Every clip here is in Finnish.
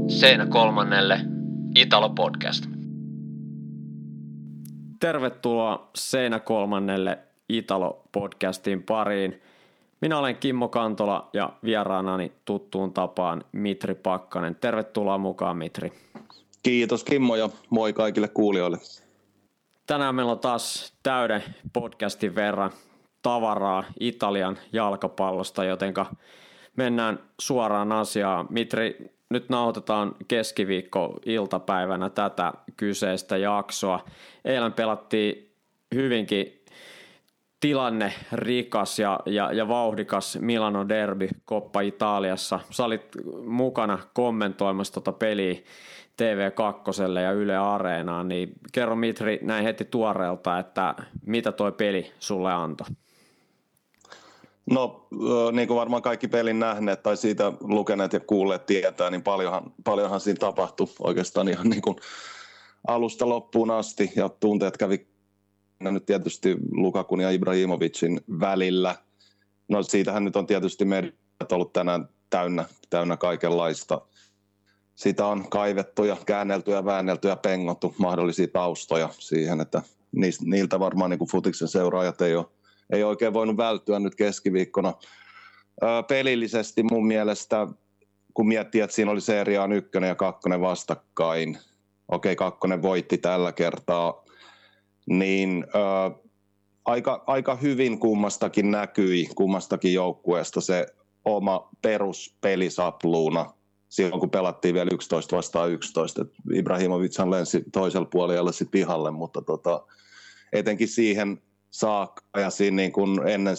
Seinä kolmannelle Italo-podcast. Tervetuloa Seinä kolmannelle Italo-podcastin pariin. Minä olen Kimmo Kantola ja vieraanani tuttuun tapaan Mitri Pakkanen. Tervetuloa mukaan, Mitri. Kiitos Kimmo ja moi kaikille kuulijoille. Tänään meillä on taas täyden podcastin verran tavaraa Italian jalkapallosta, jotenka mennään suoraan asiaan. Mitri, nyt nauhoitetaan keskiviikko-iltapäivänä tätä kyseistä jaksoa. Eilen pelattiin hyvinkin tilanne rikas ja vauhdikas Milano Derby Coppa Italiassa. Sä olit mukana kommentoimassa tuota peliä TV2 ja Yle Areenaan, niin kerro Mitri näin heti tuoreelta, että mitä toi peli sulle antoi? No niin kuin varmaan kaikki pelin nähneet tai siitä lukeneet ja kuulleet tietää, niin paljonhan siinä tapahtui oikeastaan ihan niin kuin alusta loppuun asti ja tunteet kävi nyt tietysti Lukakun ja Ibrahimovicin välillä. No siitähän nyt on tietysti mediat ollut tänään täynnä kaikenlaista. Sitä on kaivettu ja käännelty ja väännelty ja pengottu mahdollisia taustoja siihen, että niiltä varmaan niin kuin futiksen seuraajat ei oikein voinut välttyä nyt keskiviikkona. Pelillisesti mun mielestä, kun miettii, että siinä oli Serie A 1 ja 2 vastakkain, okei, 2 voitti tällä kertaa, niin aika hyvin kummastakin näkyi, kummastakin joukkueesta se oma peruspelisapluuna silloin, kun pelattiin vielä 11 vastaan 11. Ibrahimovichan lensi toisella puolella sitten pihalle, mutta etenkin siihen saakka ja siinä niin kuin ennen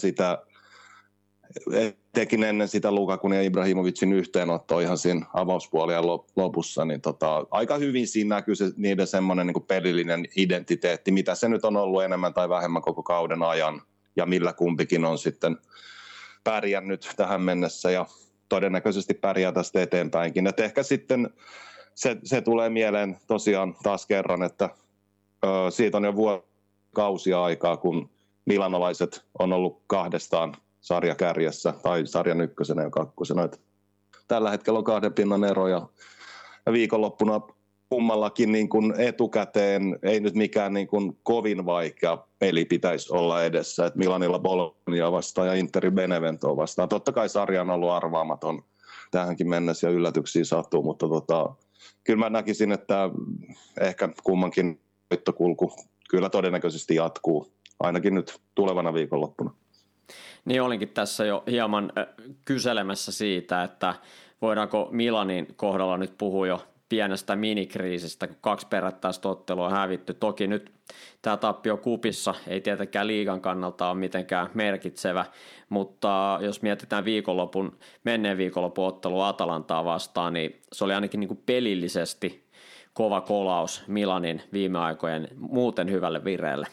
sitä Lukakun ja Ibrahimovicin yhteenottoa ihan siinä avauspuolien lopussa, niin aika hyvin siinä näkyy se, niiden semmoinen niin kuin pelillinen identiteetti, mitä se nyt on ollut enemmän tai vähemmän koko kauden ajan ja millä kumpikin on sitten pärjännyt tähän mennessä ja todennäköisesti pärjää tästä eteenpäinkin. Et ehkä sitten se tulee mieleen tosiaan taas kerran, että siitä on jo vuosikausia aikaa, kun milanolaiset on ollut kahdestaan sarjakärjessä tai sarjan ykkösenä ja kakkosena. Tällä hetkellä on 2 pinnan ero ja viikonloppuna kummallakin niin kuin etukäteen ei nyt mikään niin kuin kovin vaikea peli pitäisi olla edessä. Et Milanilla Bologna vastaan ja Interi Beneventoa vastaan. Totta kai sarja on ollut arvaamaton tähänkin mennessä ja yllätyksiä sattuu, mutta kyllä mä näkisin, että ehkä kummankin voittokulku kyllä todennäköisesti jatkuu, ainakin nyt tulevana viikonloppuna. Niin olinkin tässä jo hieman kyselemässä siitä, että voidaanko Milanin kohdalla nyt puhua jo pienestä minikriisistä, kun 2 perättäistä ottelua on hävitty. Toki nyt tämä tappio kupissa ei tietenkään liigan kannalta ole mitenkään merkitsevä, mutta jos mietitään menneen viikonlopun ottelua Atalantaa vastaan, niin se oli ainakin niin kuin pelillisesti kova kolaus Milanin viime aikojen muuten hyvälle vireelle.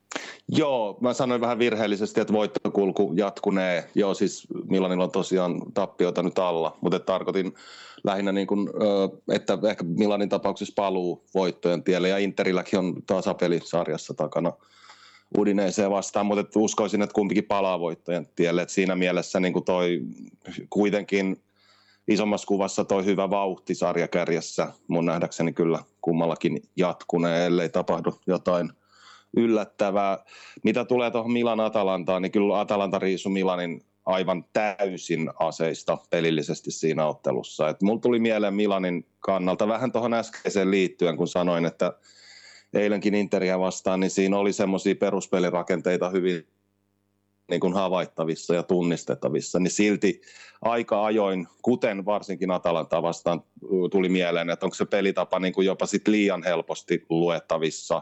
Joo, mä sanoin vähän virheellisesti, että voittokulku jatkunee. Joo, siis Milanilla on tosiaan tappiota nyt alla, mutta tarkoitin lähinnä niin kuin, että ehkä Milanin tapauksessa paluu voittojen tielle ja Interilläkin on tasapeli sarjassa takana Udineseen vastaan, mutta uskoisin, että kumpikin palaa voittojen tielle. Et siinä mielessä niin kuin toi kuitenkin isommassa kuvassa toi hyvä vauhti sarjakärjessä mun nähdäkseni kyllä kummallakin jatkunee, ellei tapahdu jotain yllättävää. Mitä tulee tuohon Milan-Atalantaan, niin kyllä Atalanta riisui Milanin aivan täysin aseista pelillisesti siinä ottelussa. Mulla tuli mieleen Milanin kannalta vähän tuohon äskeiseen liittyen, kun sanoin, että eilenkin Interiä vastaan, niin siinä oli semmoisia peruspelirakenteita hyvin niin kuin havaittavissa ja tunnistettavissa, niin silti aika ajoin, kuten varsinkin Atalantaa vastaan tuli mieleen, että onko se pelitapa niin kuin jopa sit liian helposti luettavissa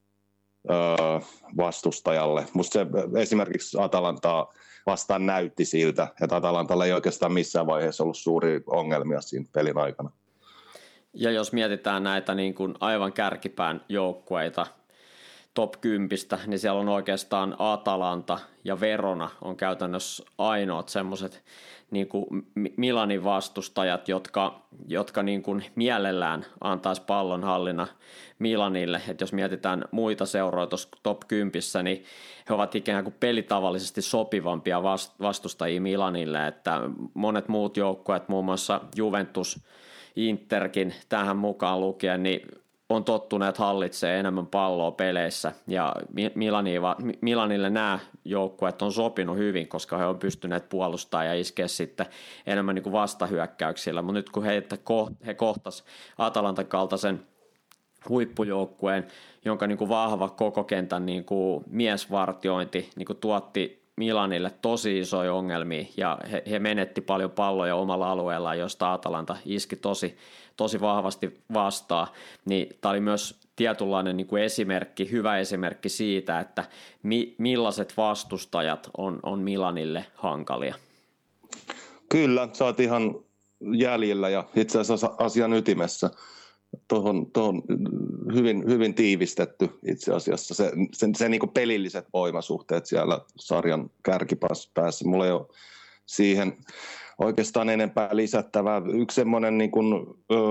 vastustajalle. Musta se esimerkiksi Atalantaa vastaan näytti siltä, että Atalantalla ei oikeastaan missään vaiheessa ollut suuria ongelmia siinä pelin aikana. Ja jos mietitään näitä niin kuin aivan kärkipään joukkueita top 10, niin siellä on oikeastaan Atalanta ja Verona on käytännössä ainoat semmoiset niin kuin Milanin vastustajat, jotka niin kuin mielellään antaisi pallonhallinnan Milanille. Et jos mietitään muita seuroja tuossa top 10, niin he ovat ikään kuin pelitavallisesti sopivampia vastustajia Milanille, että monet muut joukkueet, muun muassa Juventus Interkin tähän mukaan lukien, niin on tottuneet hallitsemaan enemmän palloa peleissä, ja Milanille nämä joukkueet on sopinut hyvin, koska he on pystyneet puolustamaan ja iskeä sitten enemmän niin kuin vastahyökkäyksillä, mutta nyt kun he kohtas Atalantan kaltaisen huippujoukkueen, jonka niin kuin vahva koko kentän niin kuin miesvartiointi niin kuin tuotti Milanille tosi isoja ongelmia, ja he menetti paljon palloja omalla alueellaan, josta Atalanta iski tosi vahvasti vastaan, niin tämä oli myös tietynlainen niin kuin esimerkki, hyvä esimerkki siitä, että millaiset vastustajat on Milanille hankalia. Kyllä, sä oot ihan jäljellä ja itse asiassa asian ytimessä. Tuohon hyvin tiivistetty itse asiassa. Se niin kuin pelilliset voimasuhteet siellä sarjan kärkipäässä. Mulla ei ole siihen oikeastaan enempää lisättävää. Yksi semmoinen niin kuin,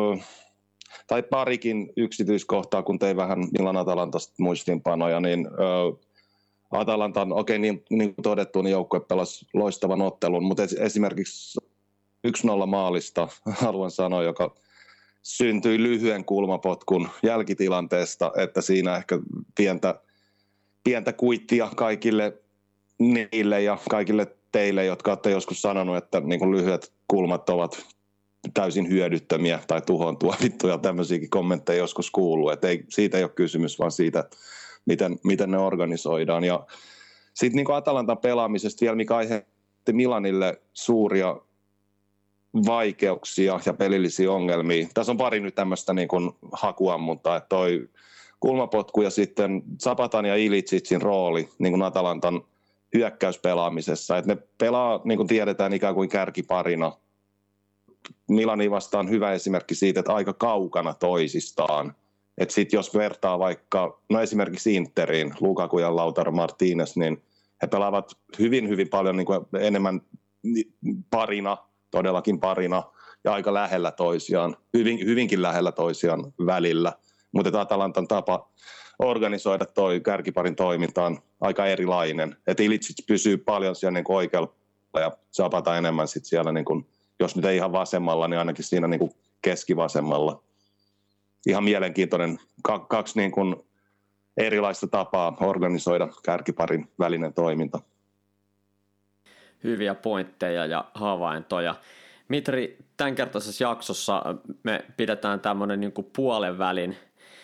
tai parikin yksityiskohtaa, kun tein vähän Milan Atalantasta muistiinpanoja, niin Atalantan, niin kuin todettu, niin joukkue pelasi loistavan ottelun, mutta esimerkiksi 1-0 maalista haluan sanoa, joka syntyi lyhyen kulmapotkun jälkitilanteesta, että siinä ehkä pientä kuittia kaikille niille ja kaikille teille, jotka olette joskus sanonut, että niin kuin lyhyet kulmat ovat täysin hyödyttömiä tai tuhoon tuomittuja. Tämmöisiäkin kommentteja joskus kuuluu, että siitä ei ole kysymys, vaan siitä, miten ne organisoidaan. Ja sitten niin kuin Atalantan pelaamisesta vielä, mikä aiheutti Milanille suuria vaikeuksia ja pelillisiä ongelmia. Tässä on pari nyt tämmöistä niin kuin hakuammuntaa, että toi kulmapotku ja sitten Zapatan ja Ilicic rooli niin kuin Atalantan hyökkäyspelaamisessa. Että ne pelaa, niin kuin tiedetään, ikään kuin kärkiparina. Milani vastaan hyvä esimerkki siitä, että aika kaukana toisistaan. Että sitten jos vertaa vaikka, no esimerkiksi Interiin, Lukaku ja Lautaro Martinez, niin he pelaavat hyvin paljon niin kuin enemmän parina, todellakin parina ja aika lähellä toisiaan, hyvinkin lähellä toisiaan välillä. Mutta Atalantan tapa organisoida toi kärkiparin toiminta on aika erilainen. Että Ilicic pysyy paljon siellä niin kuin oikealla ja Zapata enemmän sit siellä, niin kuin, jos nyt ei ihan vasemmalla, niin ainakin siinä niin kuin keskivasemmalla. Ihan mielenkiintoinen. Kaksi niin kuin erilaista tapaa organisoida kärkiparin välinen toiminta. Hyviä pointteja ja havaintoja. Mitri, tämänkertaisessa jaksossa me pidetään tämmöinen niin kuin puolen välin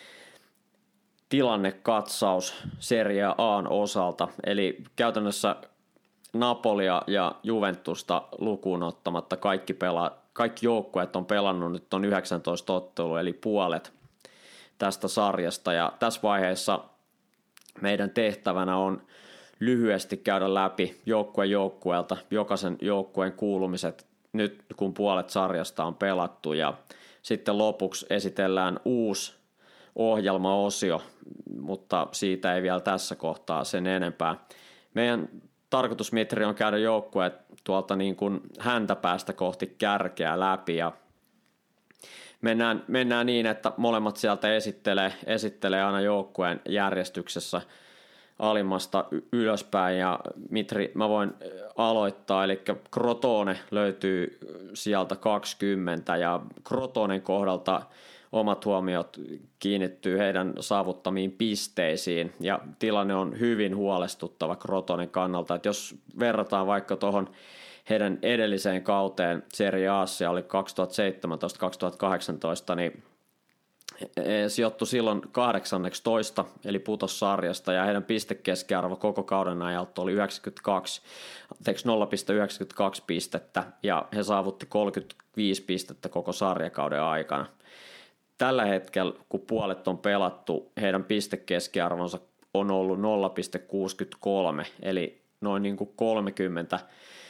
tilannekatsaus Serie A:n osalta, eli käytännössä Napolia ja Juventusta lukuun ottamatta kaikki joukkueet on pelannut nyt on 19 ottelua, eli puolet tästä sarjasta, ja tässä vaiheessa meidän tehtävänä on lyhyesti käydä läpi joukkueelta jokaisen joukkueen kuulumiset nyt kun puolet sarjasta on pelattu, ja sitten lopuksi esitellään uusi ohjelmaosio, mutta siitä ei vielä tässä kohtaa sen enempää. Meidän tarkoitus, Mitri, on käydä joukkueet tuolta niin kuin häntäpäästä kohti kärkeä läpi, ja mennään niin, että molemmat sieltä esittelee aina joukkueen järjestyksessä alimmasta ylöspäin, ja Mitri, mä voin aloittaa, eli Crotone löytyy sieltä 20, ja Crotonen kohdalta omat huomiot kiinnittyy heidän saavuttamiin pisteisiin, ja tilanne on hyvin huolestuttava Crotonen kannalta, että jos verrataan vaikka tuohon heidän edelliseen kauteen Serie A:ssa oli 2017-2018, niin sijoittui silloin 18, eli putosi sarjasta, ja heidän pistekeskiarvo koko kauden ajalta oli 0,92 pistettä, ja he saavutti 35 pistettä koko sarjakauden aikana. Tällä hetkellä, kun puolet on pelattu, heidän pistekeskiarvonsa on ollut 0,63, eli noin niin kuin 30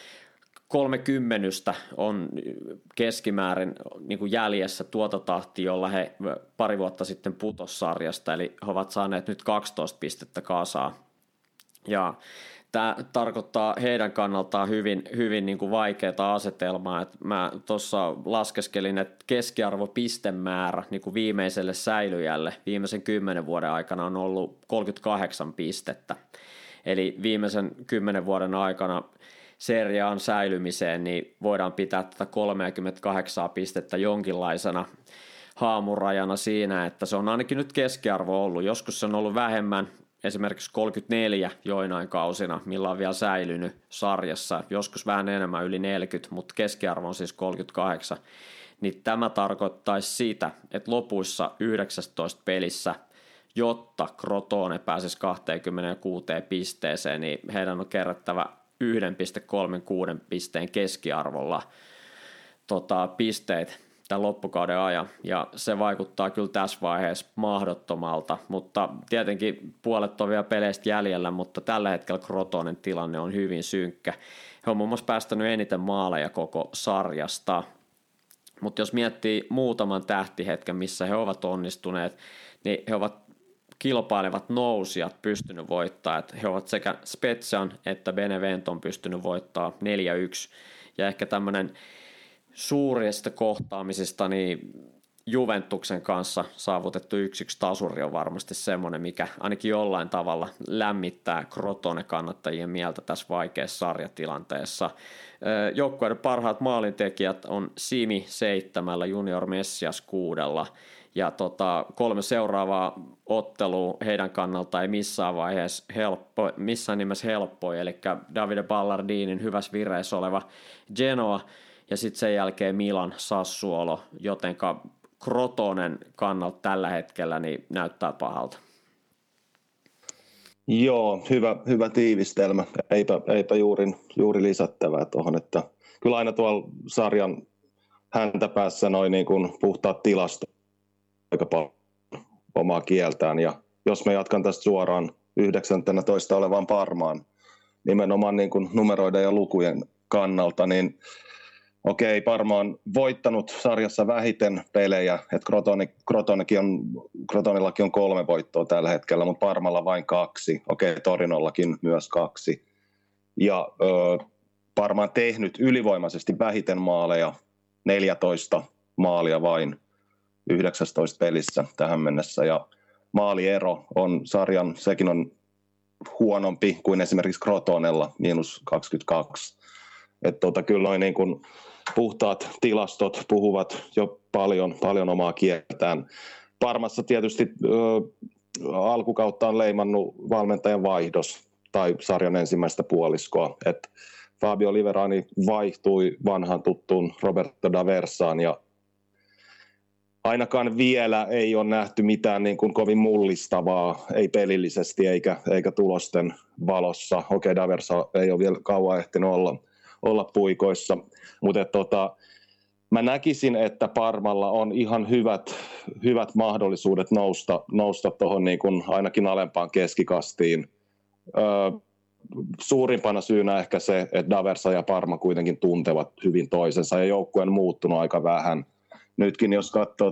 on keskimäärin niin kuin jäljessä tuota tahtia, jolla he pari vuotta sitten putosi sarjasta, eli he ovat saaneet nyt 12 pistettä kasaan. Ja tämä tarkoittaa heidän kannaltaan hyvin niin kuin vaikeaa asetelmaa. Et mä tuossa laskeskelin, että keskiarvopistemäärä niin kuin viimeiselle säilyjälle viimeisen 10 vuoden aikana on ollut 38 pistettä. Eli viimeisen 10 vuoden aikana seriaan säilymiseen, niin voidaan pitää tätä 38 pistettä jonkinlaisena haamurajana siinä, että se on ainakin nyt keskiarvo ollut. Joskus se on ollut vähemmän, esimerkiksi 34 joinain kausina, millä on vielä säilynyt sarjassa. Joskus vähän enemmän, yli 40, mutta keskiarvo on siis 38. Niin tämä tarkoittaisi sitä, että lopuissa 19 pelissä, jotta Crotone pääsisi 26 pisteeseen, niin heidän on kerättävä 1,36 pisteen keskiarvolla pisteet tämän loppukauden ajan, ja se vaikuttaa kyllä tässä vaiheessa mahdottomalta, mutta tietenkin puolet on vielä peleistä jäljellä, mutta tällä hetkellä Crotonen tilanne on hyvin synkkä. He on muun muassa päästänyt eniten maaleja koko sarjasta, mutta jos miettii muutaman tähtihetken, missä he ovat onnistuneet, niin he ovat kilpailevat nousijat pystynyt voittaa, että he ovat sekä Spezian että Beneventon pystynyt voittaa 4-1, ja ehkä tämmöinen suurista kohtaamisista, niin Juventuksen kanssa saavutettu 1-1 tasuri on varmasti semmoinen, mikä ainakin jollain tavalla lämmittää Crotone-kannattajien mieltä tässä vaikeassa sarjatilanteessa. Joukkueiden parhaat maalintekijät on Simi 7, Junior Messias 6, ja 3 seuraavaa ottelua heidän kannalta ei missään vaiheessa missään nimessä helppoa, eli Davide Ballardinin hyvässä vireessä oleva Genoa, ja sitten sen jälkeen Milan, Sassuolo, jotenka Crotonen kannalta tällä hetkellä niin näyttää pahalta. Joo, hyvä tiivistelmä. Eipä juuri lisättävää tuohon, että kyllä aina tuolla sarjan häntäpäässä noin niin kuin puhtaat tilastot aika paljon omaa kieltään, ja jos mä jatkan tästä suoraan 19 olevaan Parmaan nimenomaan niin kuin numeroiden ja lukujen kannalta, niin okei, Parma on voittanut sarjassa vähiten pelejä, että Crotonillakin on 3 voittoa tällä hetkellä, mutta Parmalla vain 2. Okei, Torinollakin myös 2. Ja Parma on tehnyt ylivoimaisesti vähiten maaleja, 14 maalia vain 19 pelissä tähän mennessä. Ja maaliero on sarjan, sekin on huonompi kuin esimerkiksi Crotonella, -22. Että kyllä noin niin kuin puhtaat tilastot puhuvat jo paljon omaa kieltään. Parmassa tietysti alkukautta on leimannut valmentajan vaihdos tai sarjan ensimmäistä puoliskoa. Et Fabio Liverani vaihtui vanhan tuttuun Roberto D'Aversaan, ja ainakaan vielä ei ole nähty mitään niin kuin kovin mullistavaa, ei pelillisesti eikä tulosten valossa. Okei, D'Aversa ei ole vielä kauan ehtinyt olla puikoissa, mutta mä näkisin, että Parmalla on ihan hyvät mahdollisuudet nousta tuohon niin kuin ainakin alempaan keskikastiin. Suurimpana syynä ehkä se, että D'Aversa ja Parma kuitenkin tuntevat hyvin toisensa, ja joukkue on muuttunut aika vähän. Nytkin jos katsoo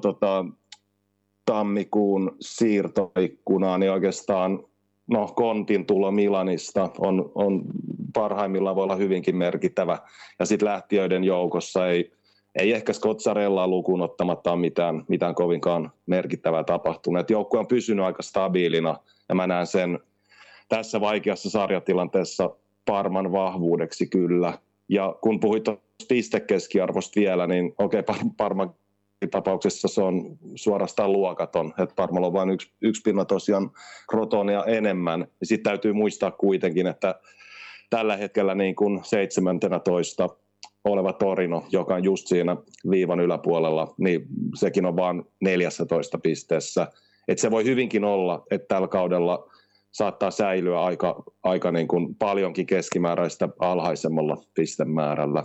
tammikuun siirtoikkunaa, niin oikeastaan Contin tulo Milanista on parhaimmillaan voi olla hyvinkin merkittävä. Ja sitten lähtiöiden joukossa ei ehkä Scozzarellaa lukuun ottamatta ole mitään kovinkaan merkittävää tapahtunut. Et joukkue on pysynyt aika stabiilina, ja mä näen sen tässä vaikeassa sarjatilanteessa Parman vahvuudeksi kyllä. Ja kun puhuit pistekeskiarvosta vielä, niin okei, Parman tapauksessa se on suorastaan luokaton, että Parmalla on vain yksi pinna tosiaan Crotonia enemmän. Sitten täytyy muistaa kuitenkin, että tällä hetkellä niin kuin 17 oleva Torino, joka on just siinä viivan yläpuolella, niin sekin on vain 14 pisteessä. Että se voi hyvinkin olla, että tällä kaudella saattaa säilyä aika niin kuin paljonkin keskimääräistä alhaisemmalla pistemäärällä.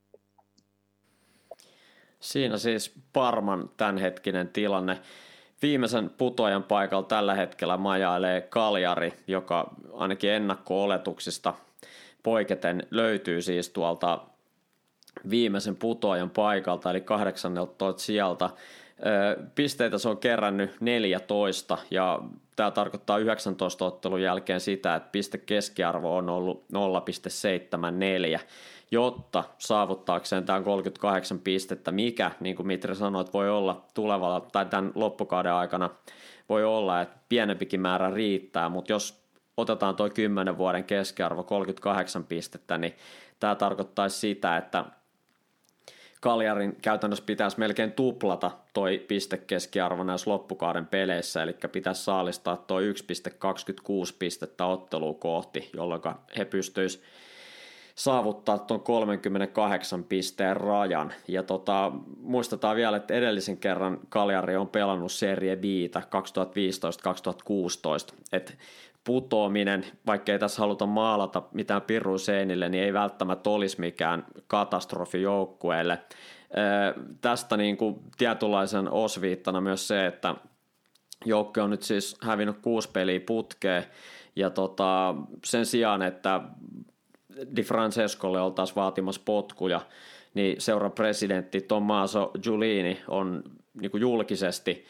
Siinä siis Parman tämänhetkinen tilanne. Viimeisen putoajan paikalla tällä hetkellä majailee Cagliari, joka ainakin ennakko-oletuksista poiketen löytyy siis tuolta viimeisen putoajan paikalta, eli 18 sieltä. Pisteitä se on kerännyt 14, ja tämä tarkoittaa 19 ottelun jälkeen sitä, että pistekeskiarvo on ollut 0,74, jotta saavuttaakseen tämän 38 pistettä, mikä, niin kuin Mitri sanoi, voi olla tulevalla tai tämän loppukauden aikana voi olla, että pienempikin määrä riittää, mutta jos otetaan tuo 10 vuoden keskiarvo 38 pistettä, niin tämä tarkoittaisi sitä, että Cagliarin käytännössä pitäisi melkein tuplata toi pistekeskiarvo näissä loppukauden peleissä, eli pitäisi saalistaa toi 1,26 pistettä ottelua kohti, jolloin he pystyisivät saavuttaa tuon 38 pisteen rajan. Ja muistetaan vielä, että edellisen kerran Cagliari on pelannut Serie B:tä 2015-2016, että putoaminen, vaikka ei tässä haluta maalata mitään pirua seinille, niin ei välttämättä olisi mikään katastrofi joukkueelle. Tästä niin kuin tietynlaisen osviittana myös se, että joukkue on nyt siis hävinnyt 6 peliä putkeen, ja sen sijaan, että Di Francescolle oltaisiin vaatimassa potkuja, niin seuran presidentti Tommaso Giulini on niin kuin julkisesti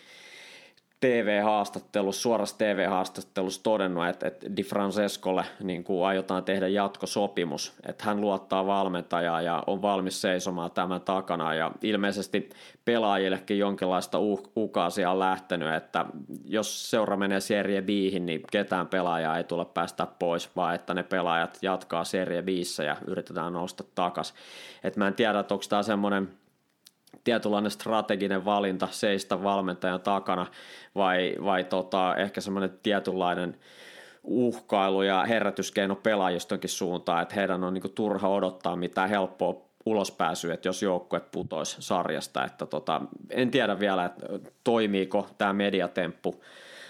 suorassa TV-haastattelussa todennut, että Di Francescolle niin kuin aiotaan tehdä jatkosopimus, että hän luottaa valmentajaa ja on valmis seisomaan tämän takana, ja ilmeisesti pelaajillekin jonkinlaista ukaasia on lähtenyt, että jos seura menee Serie B:hin, niin ketään pelaajaa ei tule päästä pois, vaan että ne pelaajat jatkaa Serie B:ssä ja yritetään nousta takaisin. Et mä en tiedä, että onko tämä semmoinen tietynlainen strateginen valinta seistä valmentajan takana vai ehkä semmoinen tietynlainen uhkailu ja herätyskeino pelaajistonkin suuntaan, että heidän on niinku turha odottaa mitään helppoa ulospääsyä, että jos joukkue putoisi sarjasta, että en tiedä vielä, että toimiiko tämä mediatemppu,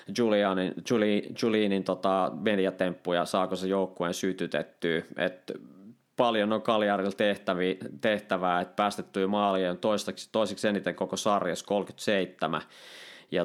Giulinin mediatemppu ja saako se joukkueen sytytettyä, että paljon on Cagliarilla tehtävää, että päästettyä maalia on toiseksi eniten koko sarjassa 37, ja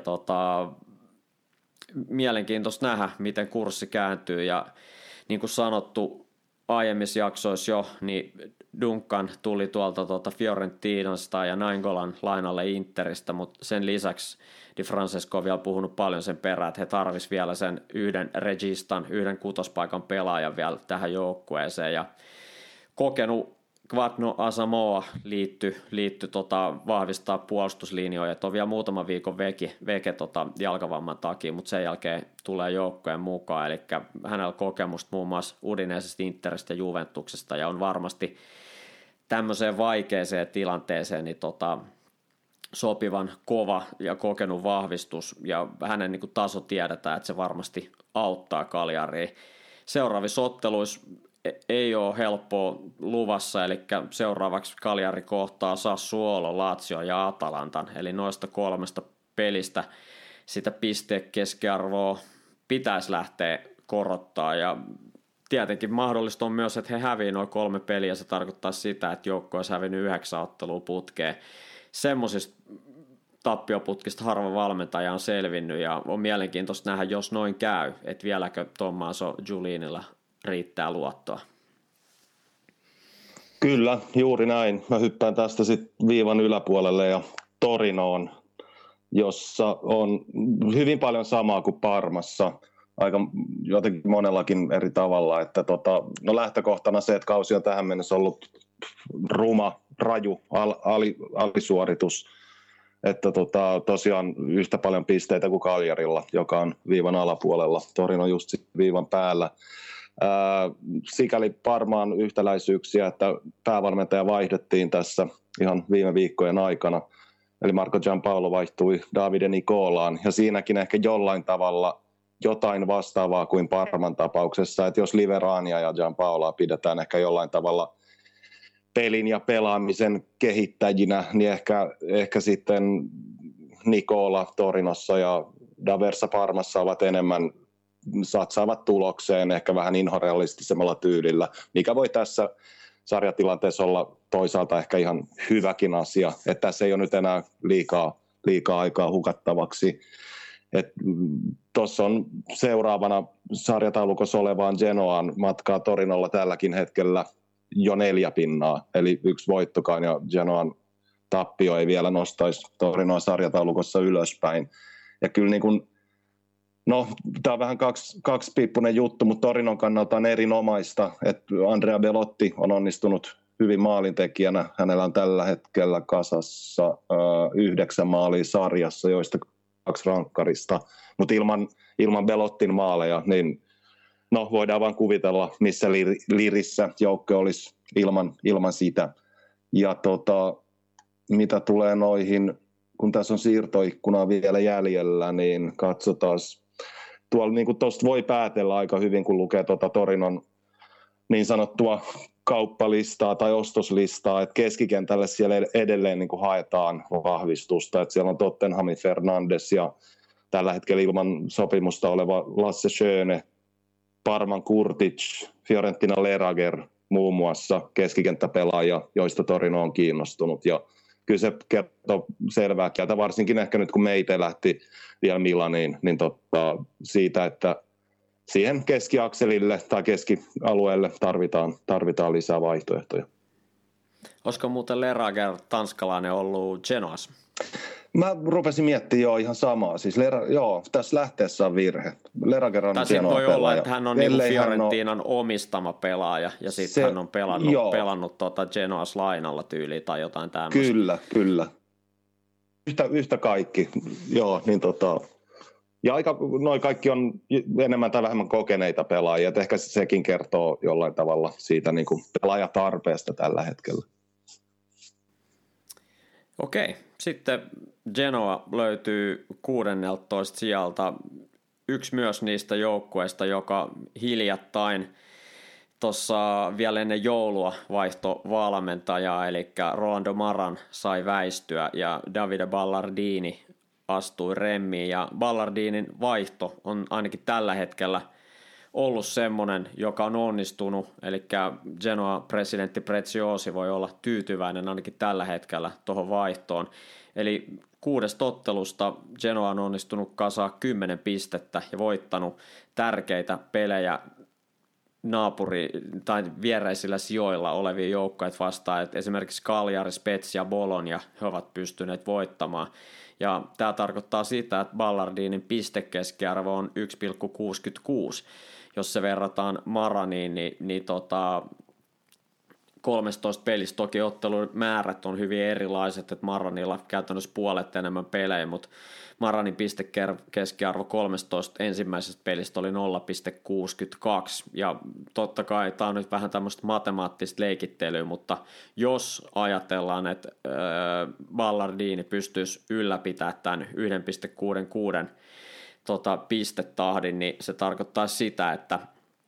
mielenkiintoista nähdä, miten kurssi kääntyy, ja niin kuin sanottu aiemmissa jaksoissa jo, niin Duncan tuli tuolta Fiorentinasta ja Nainggolan lainalle Interistä, mutta sen lisäksi Di Francesco on vielä puhunut paljon sen perään, että he tarvisivat vielä sen yhden registan, yhden kutospaikan pelaajan vielä tähän joukkueeseen, ja kokenut Quadno Asamoah liittyi vahvistaa puolustuslinjoja, että on vielä muutaman viikon veke jalkavamman takia, mutta sen jälkeen tulee joukkojen mukaan, eli hänellä kokemusta muun muassa Udinesesta, Interistä ja Juventuksesta, ja on varmasti tämmöiseen vaikeeseen tilanteeseen niin sopivan kova ja kokenut vahvistus, ja hänen niin kuin taso tiedetään, että se varmasti auttaa Cagliaria. Seuraavissa otteluissa ei ole helppoa luvassa, eli seuraavaksi Cagliari kohtaa Sassuolo, Lazio ja Atalantan, eli noista 3 pelistä sitä pistekeskiarvoa pitäisi lähteä korottaa, ja tietenkin mahdollista on myös, että he häviävät noin 3 peliä, se tarkoittaa sitä, että joukko olisi hävinnyt 9 ottelua putkeen. Semmoisista tappioputkista harva valmentaja on selvinnyt, ja on mielenkiintoista nähdä, jos noin käy, että vieläkö Tommaso Giulinilla riittää luottoa. Kyllä, juuri näin. Mä hyppään tästä sitten viivan yläpuolelle ja Torinoon, jossa on hyvin paljon samaa kuin Parmassa, aika jotenkin monellakin eri tavalla. Että no lähtökohtana se, että kausi on tähän mennessä ollut raju alisuoritus, että tosiaan yhtä paljon pisteitä kuin Cagliarilla, joka on viivan alapuolella. Torino just viivan päällä. Sikäli Parmaan yhtäläisyyksiä, että päävalmentaja vaihdettiin tässä ihan viime viikkojen aikana. Eli Marco Giampaolo vaihtui Davide Nicolaan, ja siinäkin ehkä jollain tavalla jotain vastaavaa kuin Parman tapauksessa, että jos Liverania ja Giampaoloa pidetään ehkä jollain tavalla pelin ja pelaamisen kehittäjinä, niin ehkä sitten Nicola Torinossa ja D'Aversa Parmassa ovat enemmän satsaavat tulokseen ehkä vähän inhorealistisemmalla tyylillä, mikä voi tässä sarjatilanteessa olla toisaalta ehkä ihan hyväkin asia, että tässä ei ole nyt enää liikaa aikaa hukattavaksi. Tuossa on seuraavana sarjataulukossa olevaan Genoaan matkaa Torinolla tälläkin hetkellä jo 4 pinnaa, eli 1 voittokaan, ja Genoan tappio ei vielä nostaisi Torinoa sarjataulukossa ylöspäin. Ja kyllä niin kuin no, tämä on vähän kaksipiippunen juttu, mutta Torinon kannalta on erinomaista, että Andrea Belotti on onnistunut hyvin maalintekijänä. Hänellä on tällä hetkellä kasassa 9 maalia sarjassa, joista 2 rankkarista. Mutta ilman Belottin maaleja, niin no, voidaan vaan kuvitella, missä lirissä joukko olisi ilman sitä. Ja mitä tulee noihin, kun tässä on siirtoikkunaa vielä jäljellä, niin katsotaan. Tuolla niin kuin tuosta voi päätellä aika hyvin, kun lukee Torinon niin sanottua kauppalistaa tai ostoslistaa, että keskikentälle siellä edelleen niin kuin haetaan vahvistusta. Että siellä on Tottenhamin Fernandes ja tällä hetkellä ilman sopimusta oleva Lasse Schöne, Parman Kurtic, Fiorentina Lerager muun muassa keskikenttäpelaajia, joista Torino on kiinnostunut. Ja kyllä se kertoo selvää kieltä, varsinkin ehkä nyt kun Meite lähti vielä Milaniin, niin siitä, että siihen keskiakselille tai keskialueelle tarvitaan lisää vaihtoehtoja. Olisiko muuten Lerager tanskalainen ollut Genoas? Mä rupesin miettimään ihan samaa. Siis tässä lähteessä on virhe. Lerager on Genoa voi pelaaja. Olla, että hän on niinku Fiorentinan omistama pelaaja ja sitten hän on pelannut Genoas lainalla tyyliin tai jotain tämmöistä. Kyllä. Yhtä kaikki. Joo, niin ja noi kaikki on enemmän tai vähemmän kokeneita pelaajia, että ehkä sekin kertoo jollain tavalla siitä niin kuin pelaajatarpeesta tällä hetkellä. Okei, sitten Genoa löytyy 16 sijalta. Yksi myös niistä joukkueista, joka hiljattain tuossa vielä ennen joulua vaihto valmentajaa, eli Rolando Maran sai väistyä ja Davide Ballardini astui remmiin, ja Ballardinin vaihto on ainakin tällä hetkellä ollut semmoinen, joka on onnistunut, eli Genoa-presidentti Preziosi voi olla tyytyväinen ainakin tällä hetkellä tuohon vaihtoon. Eli 6 ottelusta Genoa on onnistunut kasaa 10 pistettä ja voittanut tärkeitä pelejä tai viereisillä sijoilla olevia joukkoja vastaan, että esimerkiksi Cagliari, Spezia ja Bologna he ovat pystyneet voittamaan. Ja tämä tarkoittaa sitä, että Ballardinin pistekeskiarvo on 1,66. Jos se verrataan Maraniin, niin 13 pelissä toki ottelun määrät on hyvin erilaiset, että Maranilla käytännössä puolet enemmän pelejä, mutta Maranin pistekeskiarvo 13 ensimmäisestä pelistä oli 0,62, ja totta kai tämä on nyt vähän tämmöistä matemaattista leikittelyä, mutta jos ajatellaan, että Ballardini pystyisi ylläpitämään tämän 1,66 pistetahdin, niin se tarkoittaa sitä, että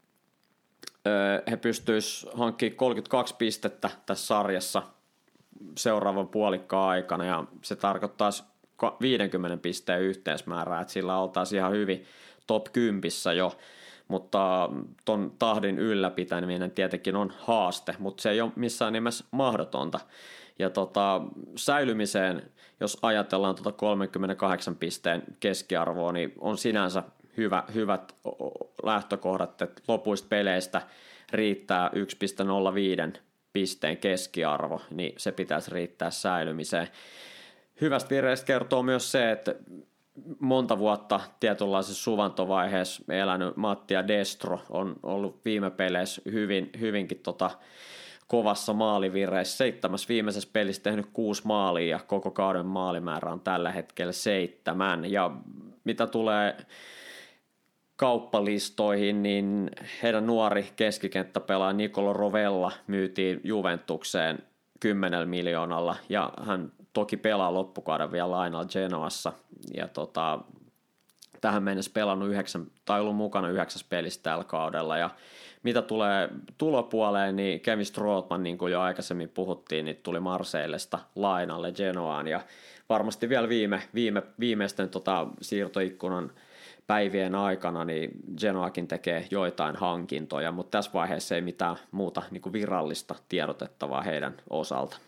he pystyisivät hankkimaan 32 pistettä tässä sarjassa seuraavan puolikkaan aikana, ja se tarkoittaisi 50 pisteen yhteismäärää, että sillä oltaisiin ihan hyvin top 10 jo, mutta ton tahdin ylläpitäminen tietenkin on haaste, mutta se ei ole missään nimessä mahdotonta. Ja säilymiseen, jos ajatellaan 38 pisteen keskiarvoa, niin on sinänsä hyvät lähtökohdat, että lopuista peleistä riittää 1,05 pisteen keskiarvo, niin se pitäisi riittää säilymiseen. Hyvästä vireistä kertoo myös se, että monta vuotta tietynlaisessa suvantovaiheessa elänyt Mattia Destro on ollut viime peleissä hyvinkin kovassa maalivireessä. 7 viimeisessä pelissä tehnyt 6 maalia ja koko kauden maalimäärä on tällä hetkellä 7. Ja mitä tulee kauppalistoihin, niin heidän nuori keskikenttäpelaaja Nicolo Rovella myytiin Juventukseen 10 miljoonalla, ja hän toki pelaa loppukauden vielä lainalla Genoassa, ja tähän mennessä pelannut ollut mukana 9 pelissä tällä kaudella, ja mitä tulee tulopuoleen, niin Kevin Strootman, niin kuin jo aikaisemmin puhuttiin, niin tuli Marseillesta lainalle Genoaan, ja varmasti vielä viimeisten siirtoikkunan päivien aikana niin Genoakin tekee joitain hankintoja, mutta tässä vaiheessa ei mitään muuta niin kuin virallista tiedotettavaa heidän osalta.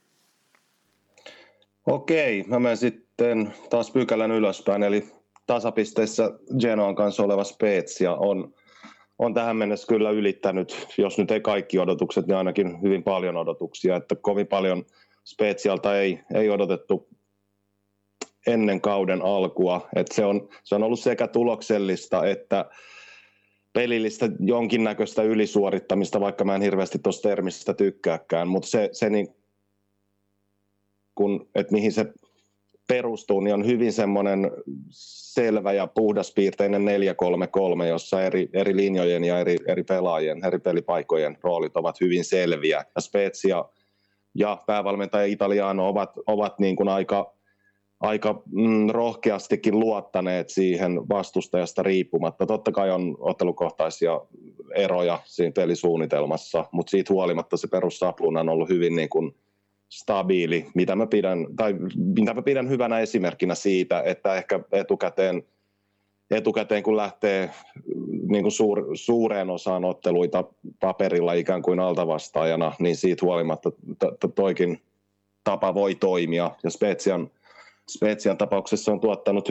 Okei, mä menen sitten taas pykälän ylöspäin, eli tasapisteessä Genoan kanssa oleva Spezia on tähän mennessä kyllä ylittänyt, jos nyt ei kaikki odotukset, niin ainakin hyvin paljon odotuksia, että kovin paljon Spezialta ei odotettu ennen kauden alkua, että se on ollut sekä tuloksellista että pelillistä jonkinnäköistä ylisuorittamista, vaikka mä en hirveästi tuosta termistä tykkääkään, mutta se niin että mihin se perustuu, niin on hyvin semmoinen selvä ja puhdaspiirteinen 4-3-3, jossa eri linjojen ja eri pelaajien, eri pelipaikkojen roolit ovat hyvin selviä. Ja Spezia ja päävalmentaja Italiano ovat niin kuin aika rohkeastikin luottaneet siihen vastustajasta riippumatta. Totta kai on ottelukohtaisia eroja siinä pelisuunnitelmassa, mutta siitä huolimatta se perussapluna on ollut hyvin niin kuin stabiili, mitä mä pidän hyvänä esimerkkinä siitä, että ehkä etukäteen kun lähtee niin kuin suureen osaan otteluita paperilla ikään kuin altavastaajana, niin siitä huolimatta toikin tapa voi toimia. Ja Spezian tapauksessa on tuottanut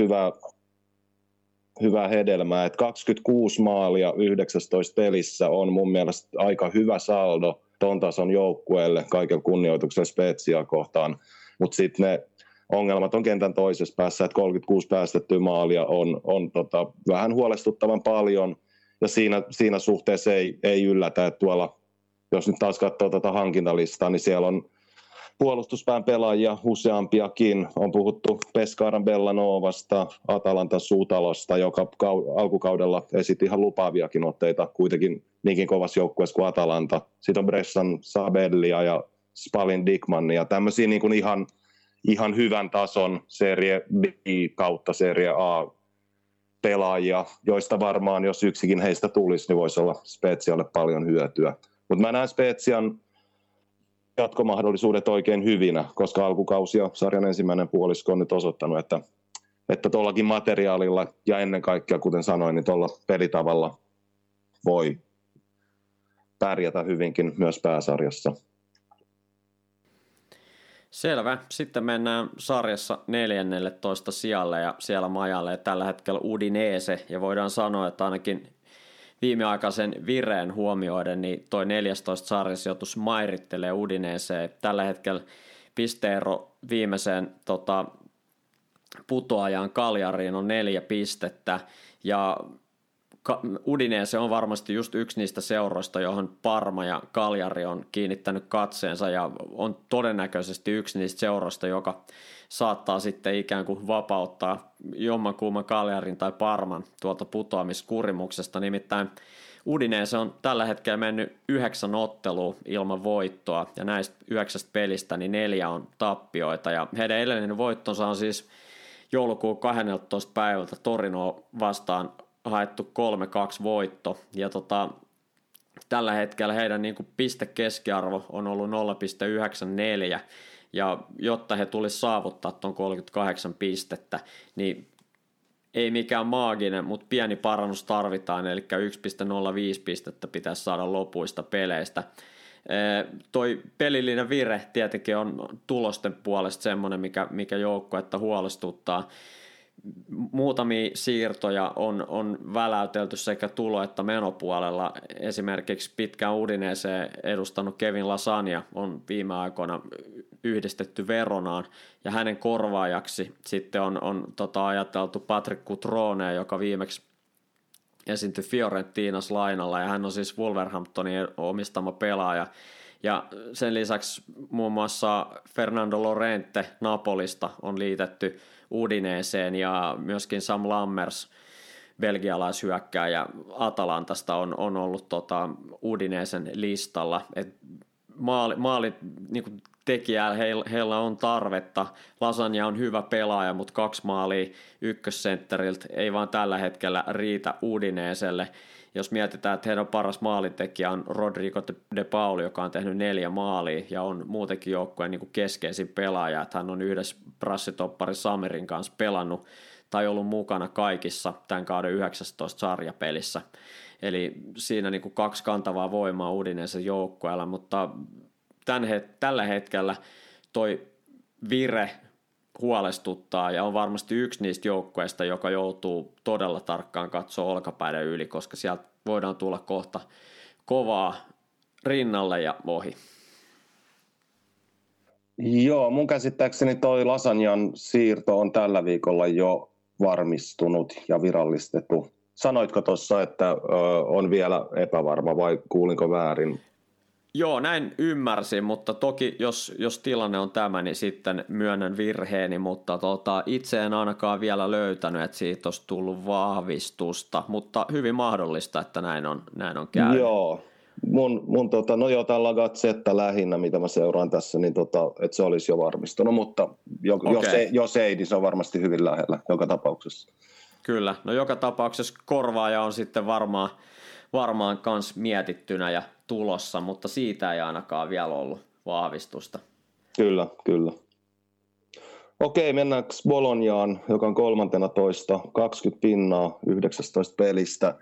hyvää hedelmää, että 26 maalia 19 pelissä on mun mielestä aika hyvä saldo ton tason joukkueelle kaiken kunnioituksen Speziaa kohtaan, mutta sitten ne ongelmat on kentän toisessa päässä, että 36 päästettyä maalia on vähän huolestuttavan paljon, ja siinä suhteessa ei yllätä, että tuolla, jos nyt taas katsoo tätä hankintalistaa, niin siellä on puolustuspään pelaajia useampiakin. On puhuttu Pescaran Bellanovasta, Atalantan Sutalosta, joka alkukaudella esitti ihan lupaaviakin otteita, kuitenkin niinkin kovassa joukkueessa kuin Atalanta. Sitten on Bressan Sabellia ja Spalin Dickmannia, tämmöisiä niin kuin ihan hyvän tason Serie B kautta Serie A pelaajia, joista varmaan, jos yksikin heistä tulisi, niin voisi olla Spezialle paljon hyötyä. Mutta mä näen Spezian jatkomahdollisuudet oikein hyvinä, koska alkukausi ja sarjan ensimmäinen puolisko on nyt osoittanut, että tuollakin materiaalilla ja ennen kaikkea, kuten sanoin, niin tuolla pelitavalla voi pärjätä hyvinkin myös pääsarjassa. Selvä. Sitten mennään sarjassa 14 sijalle ja siellä majalle tällä hetkellä Udinese, ja voidaan sanoa, että ainakin viimeaikaisen vireen huomioiden, niin toi 14 sarjasijoitus mairittelee Udineseen. Tällä hetkellä pisteero viimeiseen putoajan Cagliariin on 4 pistettä, ja Udinese on varmasti just yksi niistä seuroista, johon Parma ja Cagliari on kiinnittänyt katseensa, ja on todennäköisesti yksi niistä seuroista, joka saattaa sitten ikään kuin vapauttaa jommankumman Cagliarin tai Parman tuolta putoamiskurimuksesta. Nimittäin Udinese on tällä hetkellä mennyt 9 ottelua ilman voittoa, ja näistä 9 pelistä niin 4 on tappioita, ja heidän edellinen voittonsa on siis joulukuun 12. päivältä Torinoa vastaan haettu 3-2 voitto, ja tällä hetkellä heidän niin kuin pistekeskiarvo on ollut 0,94, ja jotta he tulisi saavuttaa tuon 38 pistettä, niin ei mikään maaginen, mutta pieni parannus tarvitaan, eli 1,05 pistettä pitäisi saada lopuista peleistä. Toi pelillinen vire tietenkin on tulosten puolesta semmoinen, mikä joukkuetta huolestuttaa. Muutamia siirtoja on väläytelty sekä tulo- että menopuolella. Esimerkiksi pitkään Udineseen edustanut Kevin Lasagna on viime aikoina yhdistetty Veronaan, ja hänen korvaajaksi sitten on ajateltu Patrick Cutrone, joka viimeksi esiintyi Fiorentinas lainalla, ja hän on siis Wolverhamptonin omistama pelaaja. Ja sen lisäksi muun muassa Fernando Llorente Napolista on liitetty Udineseen, ja myöskin Sam Lammers, belgialaishyökkääjä Atalantasta, on ollut Udinesen listalla. Et maali niin kuin tekijää heillä on tarvetta. Lasagna on hyvä pelaaja, mutta 2 maalia ykkössentteriltä ei vaan tällä hetkellä riitä Udineselle. Jos mietitään, että heidän paras maalintekijä on Rodrigo de Paul, joka on tehnyt 4 maalia ja on muutenkin joukkueen niin kuin keskeisin pelaaja, että hän on yhdessä brassitoppari Samerin kanssa pelannut tai ollut mukana kaikissa tämän kauden 19 sarjapelissä. Eli siinä niin kuin 2 kantavaa voimaa Udinesen joukkueella, mutta tällä hetkellä toi vire huolestuttaa ja on varmasti yksi niistä joukkueista, joka joutuu todella tarkkaan katsoa olkapäiden yli, koska sieltä voidaan tulla kohta kovaa rinnalle ja ohi. Joo, mun käsittääkseni toi Lasagnan siirto on tällä viikolla jo varmistunut ja virallistettu. Sanoitko tuossa, että on vielä epävarma vai kuulinko väärin? Joo, näin ymmärsin, mutta toki jos tilanne on tämä, niin sitten myönnän virheeni, mutta itse en ainakaan vielä löytänyt, että siitä olisi tullut vahvistusta, mutta hyvin mahdollista, että näin on käynyt. Joo, no joo, tällä Gazzetta lähinnä, mitä mä seuraan tässä, niin että se olisi jo varmistunut, mutta jos ei, niin se on varmasti hyvin lähellä joka tapauksessa. Kyllä, no joka tapauksessa korvaaja on sitten varmaan kans mietittynä ja tulossa, mutta siitä ei ainakaan vielä ollut vahvistusta. Kyllä. Okei, mennäänkö Bolognaan, joka on 13, 20 pinnaa 19 pelistä.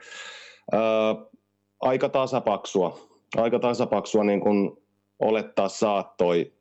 Aika tasapaksua niin kuin olettaa saattoi.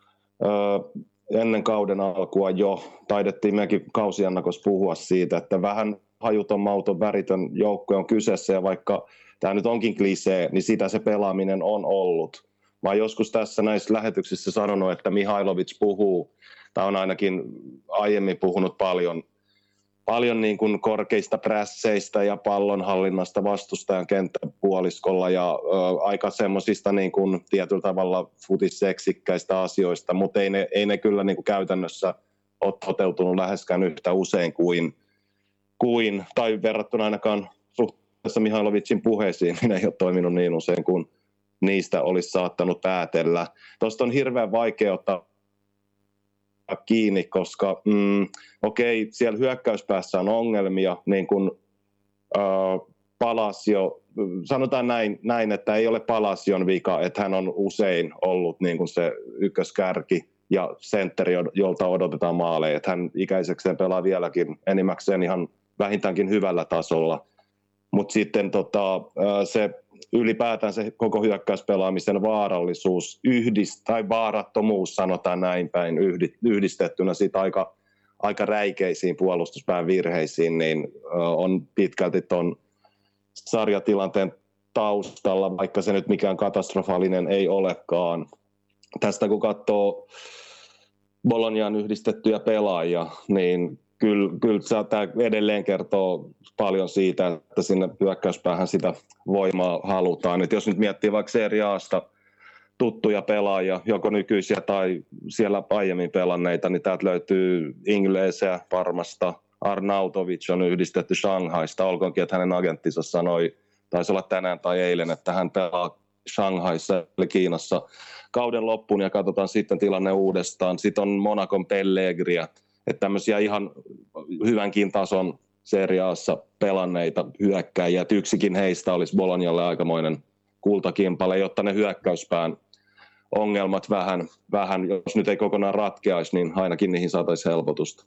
Ennen kauden alkua jo taidettiin mekin kausiannakossa puhua siitä, että vähän hajuton, mauton, väritön joukkue on kyseessä, ja vaikka tämä nyt onkin klisee, niin sitä se pelaaminen on ollut. Mä oon joskus tässä näissä lähetyksissä sanonut, että Mihailovic puhuu, tai on ainakin aiemmin puhunut paljon niin kuin korkeista prässeistä ja pallonhallinnasta vastustajan kenttäpuoliskolla ja aika semmoisista niin kuin tietyllä tavalla futisseksikkäistä asioista, mutta ei ne kyllä niin kuin käytännössä ole toteutunut läheskään yhtä usein kuin tai verrattuna ainakaan suhteessa Mihailovicin puheisiin, niin ei ole toiminut niin usein kuin niistä olisi saattanut päätellä. Tuosta on hirveän vaikea ottaa kiinni, koska okei, siellä hyökkäyspäässä on ongelmia, niin kuin Palacio, sanotaan näin, että ei ole Palacion vika, että hän on usein ollut niin kuin se ykköskärki ja sentteri, jolta odotetaan maaleja, että hän ikäisekseen pelaa vieläkin enimmäkseen ihan vähintäänkin hyvällä tasolla, mutta sitten se ylipäätään se koko hyökkäyspelaamisen vaarallisuus tai vaarattomuus, sanotaan näin päin, yhdistettynä siitä aika räikeisiin puolustuspään virheisiin, niin on pitkälti tuon sarjatilanteen taustalla, vaikka se nyt mikään katastrofaalinen ei olekaan. Tästä kun katsoo Bolognaan yhdistettyjä pelaajia, niin kyllä tämä edelleen kertoo paljon siitä, että sinne hyökkäyspäähän sitä voimaa halutaan. Et jos nyt miettii vaikka Serie A:sta tuttuja pelaajia, joko nykyisiä tai siellä aiemmin pelanneita, niin täältä löytyy Ingleseä Parmasta, Arnautovic on yhdistetty Shanghaista, olkoonkin, että hänen agenttinsa sanoi, taisi olla tänään tai eilen, että hän pelaa Shanghaissa eli Kiinassa kauden loppuun ja katsotaan sitten tilanne uudestaan. Sitten on Monacon Pellegriä, että tämmöisiä ihan hyvänkin tason Serie A:ssa pelanneita hyökkäjiä, että yksikin heistä olisi Bolognalle aikamoinen kultakimpale, jotta ne hyökkäyspään ongelmat vähän, jos nyt ei kokonaan ratkeaisi, niin ainakin niihin saataisiin helpotusta.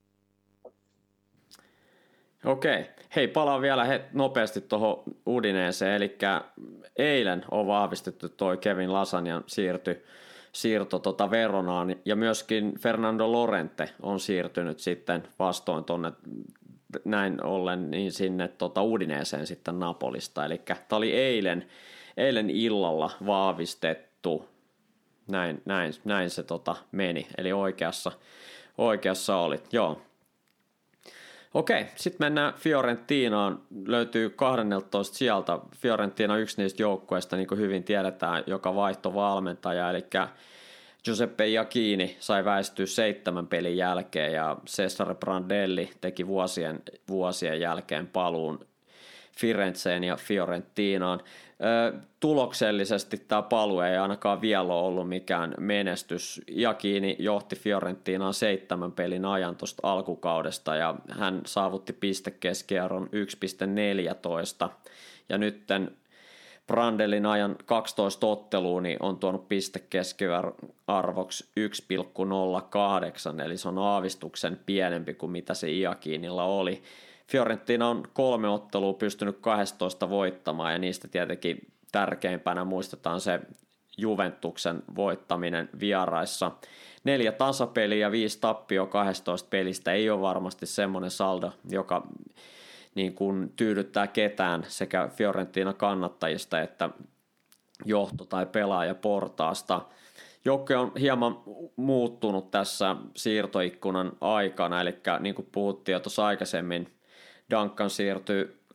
Okei. Hei, palaan vielä nopeasti tuohon Udineeseen, eli eilen on vahvistettu toi Kevin Lasagnan siirto Veronaan, ja myöskin Fernando Llorente on siirtynyt sitten vastoin tuonne näin ollen niin sinne Udineeseen sitten Napolista, eli tämä oli eilen illalla vahvistettu, näin se meni, eli oikeassa olit, joo. Okei, sitten mennään Fiorentinaan, löytyy 12 sieltä, Fiorentina yksi niistä joukkueista, niin kuin hyvin tiedetään, joka vaihtoi valmentaja, eli Giuseppe Iachini sai väistyä 7 pelin jälkeen ja Cesare Prandelli teki vuosien jälkeen paluun Firenzeen ja Fiorentinaan. Tuloksellisesti tämä paluu ei ainakaan vielä ole ollut mikään menestys. Iachini johti Fiorentinaan 7 pelin ajan tuosta alkukaudesta ja hän saavutti pistekeskiarvon 1,14 ja nytten Brandellin ajan 12 ottelua niin on tuonut pistekeskiarvoksi 1,08, eli se on aavistuksen pienempi kuin mitä se Iachinilla oli. Fiorentina on 3 ottelua pystynyt 12 voittamaan, ja niistä tietenkin tärkeimpänä muistetaan se Juventuksen voittaminen vieraissa. 4 tasapeliä ja 5 tappio 12 pelistä ei ole varmasti semmoinen saldo, joka niin kuin tyydyttää ketään sekä Fiorentina kannattajista että johto- tai pelaajaportaasta. Joukkue on hieman muuttunut tässä siirtoikkunan aikana, eli niin kuin puhuttiin jo tuossa aikaisemmin, Duncan siirtyi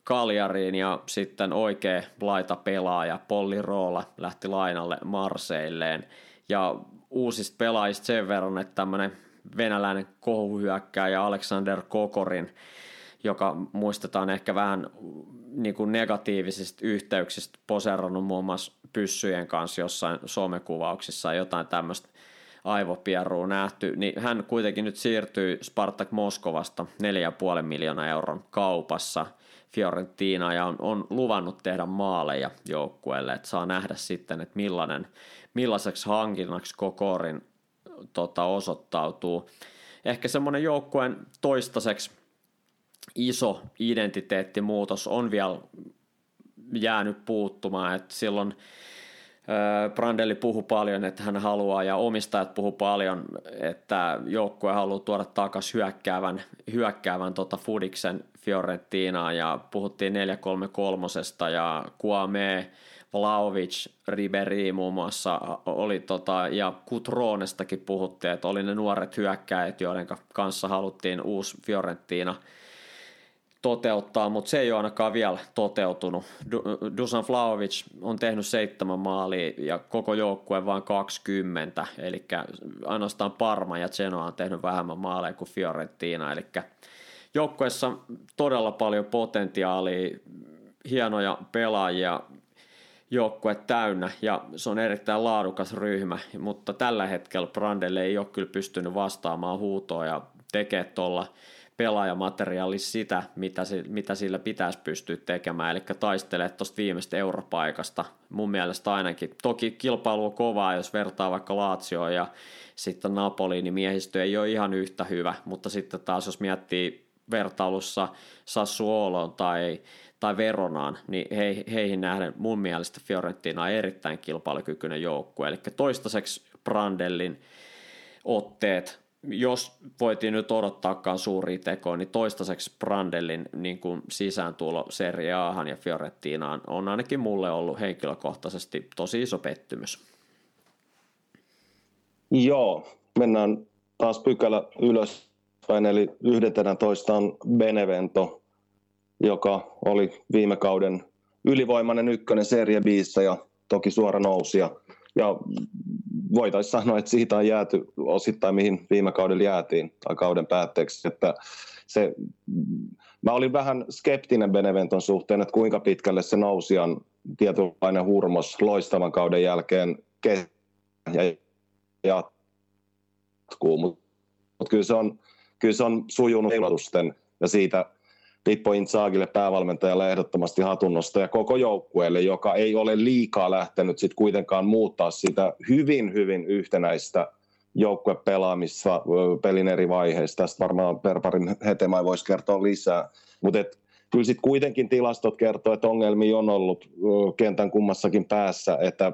Cagliariin ja sitten oikea laita pelaaja Polli Roola lähti lainalle Marseilleen. Ja uusista pelaajista sen verran, että tämmöinen venäläinen kohuhyökkääjä Alexander Kokorin, joka muistetaan ehkä vähän niin kuin negatiivisista yhteyksistä poseerannut muun muassa pyssyjen kanssa jossain somekuvauksissa, jotain tämmöistä aivopierrua nähty, niin hän kuitenkin nyt siirtyy Spartak Moskovasta 4,5 miljoonaa euron kaupassa Fiorentinaan ja on luvannut tehdä maaleja joukkueelle, että saa nähdä sitten, että millaiseksi hankinnaksi Kokorin osoittautuu. Ehkä semmoinen joukkueen toistaiseksi iso identiteettimuutos on vielä jäänyt puuttumaan, että silloin Prandelli puhui paljon, että hän haluaa, ja omistajat puhu paljon, että joukkue haluaa tuoda takaisin hyökkäävän Fudiksen Fiorentinaan, ja puhuttiin 4-3-3 ja Kouame, Vlahovic, Ribéry muun muassa oli ja Cutronestakin puhuttiin, että oli ne nuoret hyökkääjät, joiden kanssa haluttiin uusi Fiorentina toteuttaa, mutta se ei ole ainakaan vielä toteutunut. Dusan Vlahovic on tehnyt 7 maalia ja koko joukkue vain 20, eli ainoastaan Parma ja Genoa on tehnyt vähemmän maaleja kuin Fiorentina, eli joukkueessa todella paljon potentiaalia, hienoja pelaajia, joukkue täynnä ja se on erittäin laadukas ryhmä, mutta tällä hetkellä Prandelli ei ole kyllä pystynyt vastaamaan huutoon ja tekee tuolla pelaajamateriaalissa sitä, mitä sillä pitäisi pystyä tekemään, eli taistelee tuosta viimeistä europaikasta. Mun mielestä ainakin. Toki kilpailu on kovaa, jos vertaa vaikka Lazioon ja sitten Napoliin, niin miehistö ei ole ihan yhtä hyvä, mutta sitten taas jos miettii vertailussa Sassuoloon tai Veronaan, niin heihin nähden mun mielestä Fiorentina on erittäin kilpailukykyinen joukkue, eli toistaiseksi Brandellin otteet, jos voitiin nyt odottaakaan suuria tekoja, niin toistaiseksi Brandellin niin kuin sisääntulo Serie A:han ja Fiorentinaan on ainakin mulle ollut henkilökohtaisesti tosi iso pettymys. Joo, mennään taas pykälä ylöspäin, eli 11 on Benevento, joka oli viime kauden ylivoimainen ykkönen Serie B:ssä ja toki suora nousija. Ja voitaisiin sanoa, että siitä on jääty osittain mihin viime kaudella jäätiin tai kauden päätteeksi. Että mä olin vähän skeptinen Beneventon suhteen, että kuinka pitkälle se nousijan tietynlainen hurmos loistavan kauden jälkeen jatkuu. Mutta kyllä se on sujunut ilmoitusten ja siitä Pippo Inzagille päävalmentajalle ehdottomasti hatunnosto ja koko joukkueelle, joka ei ole liikaa lähtenyt sit kuitenkaan muuttaa sitä hyvin, hyvin yhtenäistä joukkuepelaamista pelin eri vaiheista. Tästä varmaan Perparin Hetemäi voisi kertoa lisää. Mutta kyllä sitten kuitenkin tilastot kertoo, että ongelmia on ollut kentän kummassakin päässä, että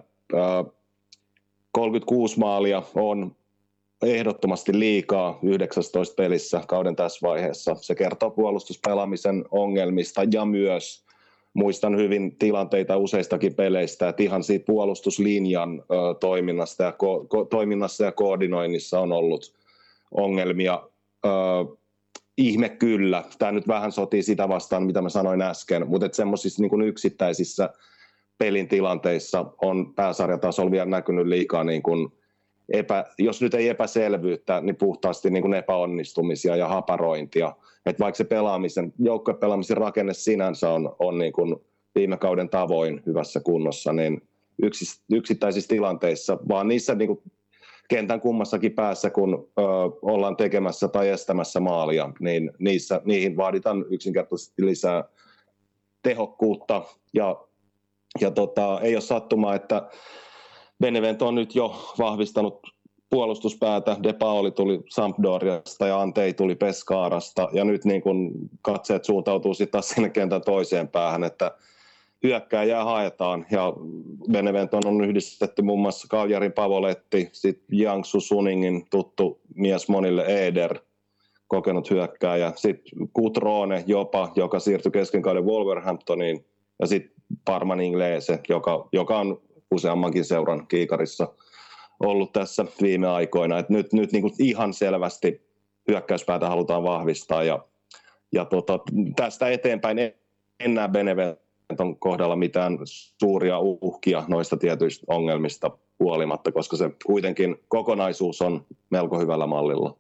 36 maalia on ehdottomasti liikaa 19 pelissä kauden tässä vaiheessa. Se kertoo puolustuspelaamisen ongelmista ja myös muistan hyvin tilanteita useistakin peleistä, että ihan siitä puolustuslinjan toiminnassa ja koordinoinnissa on ollut ongelmia. Ihme kyllä. Tämä nyt vähän sotii sitä vastaan, mitä mä sanoin äsken, mutta semmoisissa niin kuin yksittäisissä pelin tilanteissa on pääsarjatasolla vielä näkynyt liikaa niin kuin jos nyt ei epäselvyyttä, niin puhtaasti niin kuin epäonnistumisia ja haparointia. Että vaikka se joukkuepelaamisen rakenne sinänsä on niin kuin viime kauden tavoin hyvässä kunnossa, niin yksittäisissä tilanteissa, vaan niissä niin kuin kentän kummassakin päässä, kun ollaan tekemässä tai estämässä maalia, niin niihin vaaditaan yksinkertaisesti lisää tehokkuutta. Ja ei ole sattumaa, että Benevento on nyt jo vahvistanut puolustuspäätä. De Paoli tuli Sampdoriasta ja Antei tuli Pescarasta. Ja nyt niin kun katseet suuntautuu sitten taas sinne kentän toiseen päähän, että hyökkääjää haetaan. Ja Benevento on yhdistetty muun muassa Cagliarin Pavoletti, sitten Jiangsu Suningin tuttu mies monille Eder, kokenut hyökkääjä. Sitten Cutrone jopa, joka siirtyi keskenkauden Wolverhamptoniin. Ja sitten Parman Inglese, joka on useammankin seuran kiikarissa ollut tässä viime aikoina. Et nyt niin kuin ihan selvästi hyökkäyspäätä halutaan vahvistaa ja tästä eteenpäin näe Beneventon kohdalla mitään suuria uhkia noista tietyistä ongelmista huolimatta, koska se kuitenkin kokonaisuus on melko hyvällä mallilla.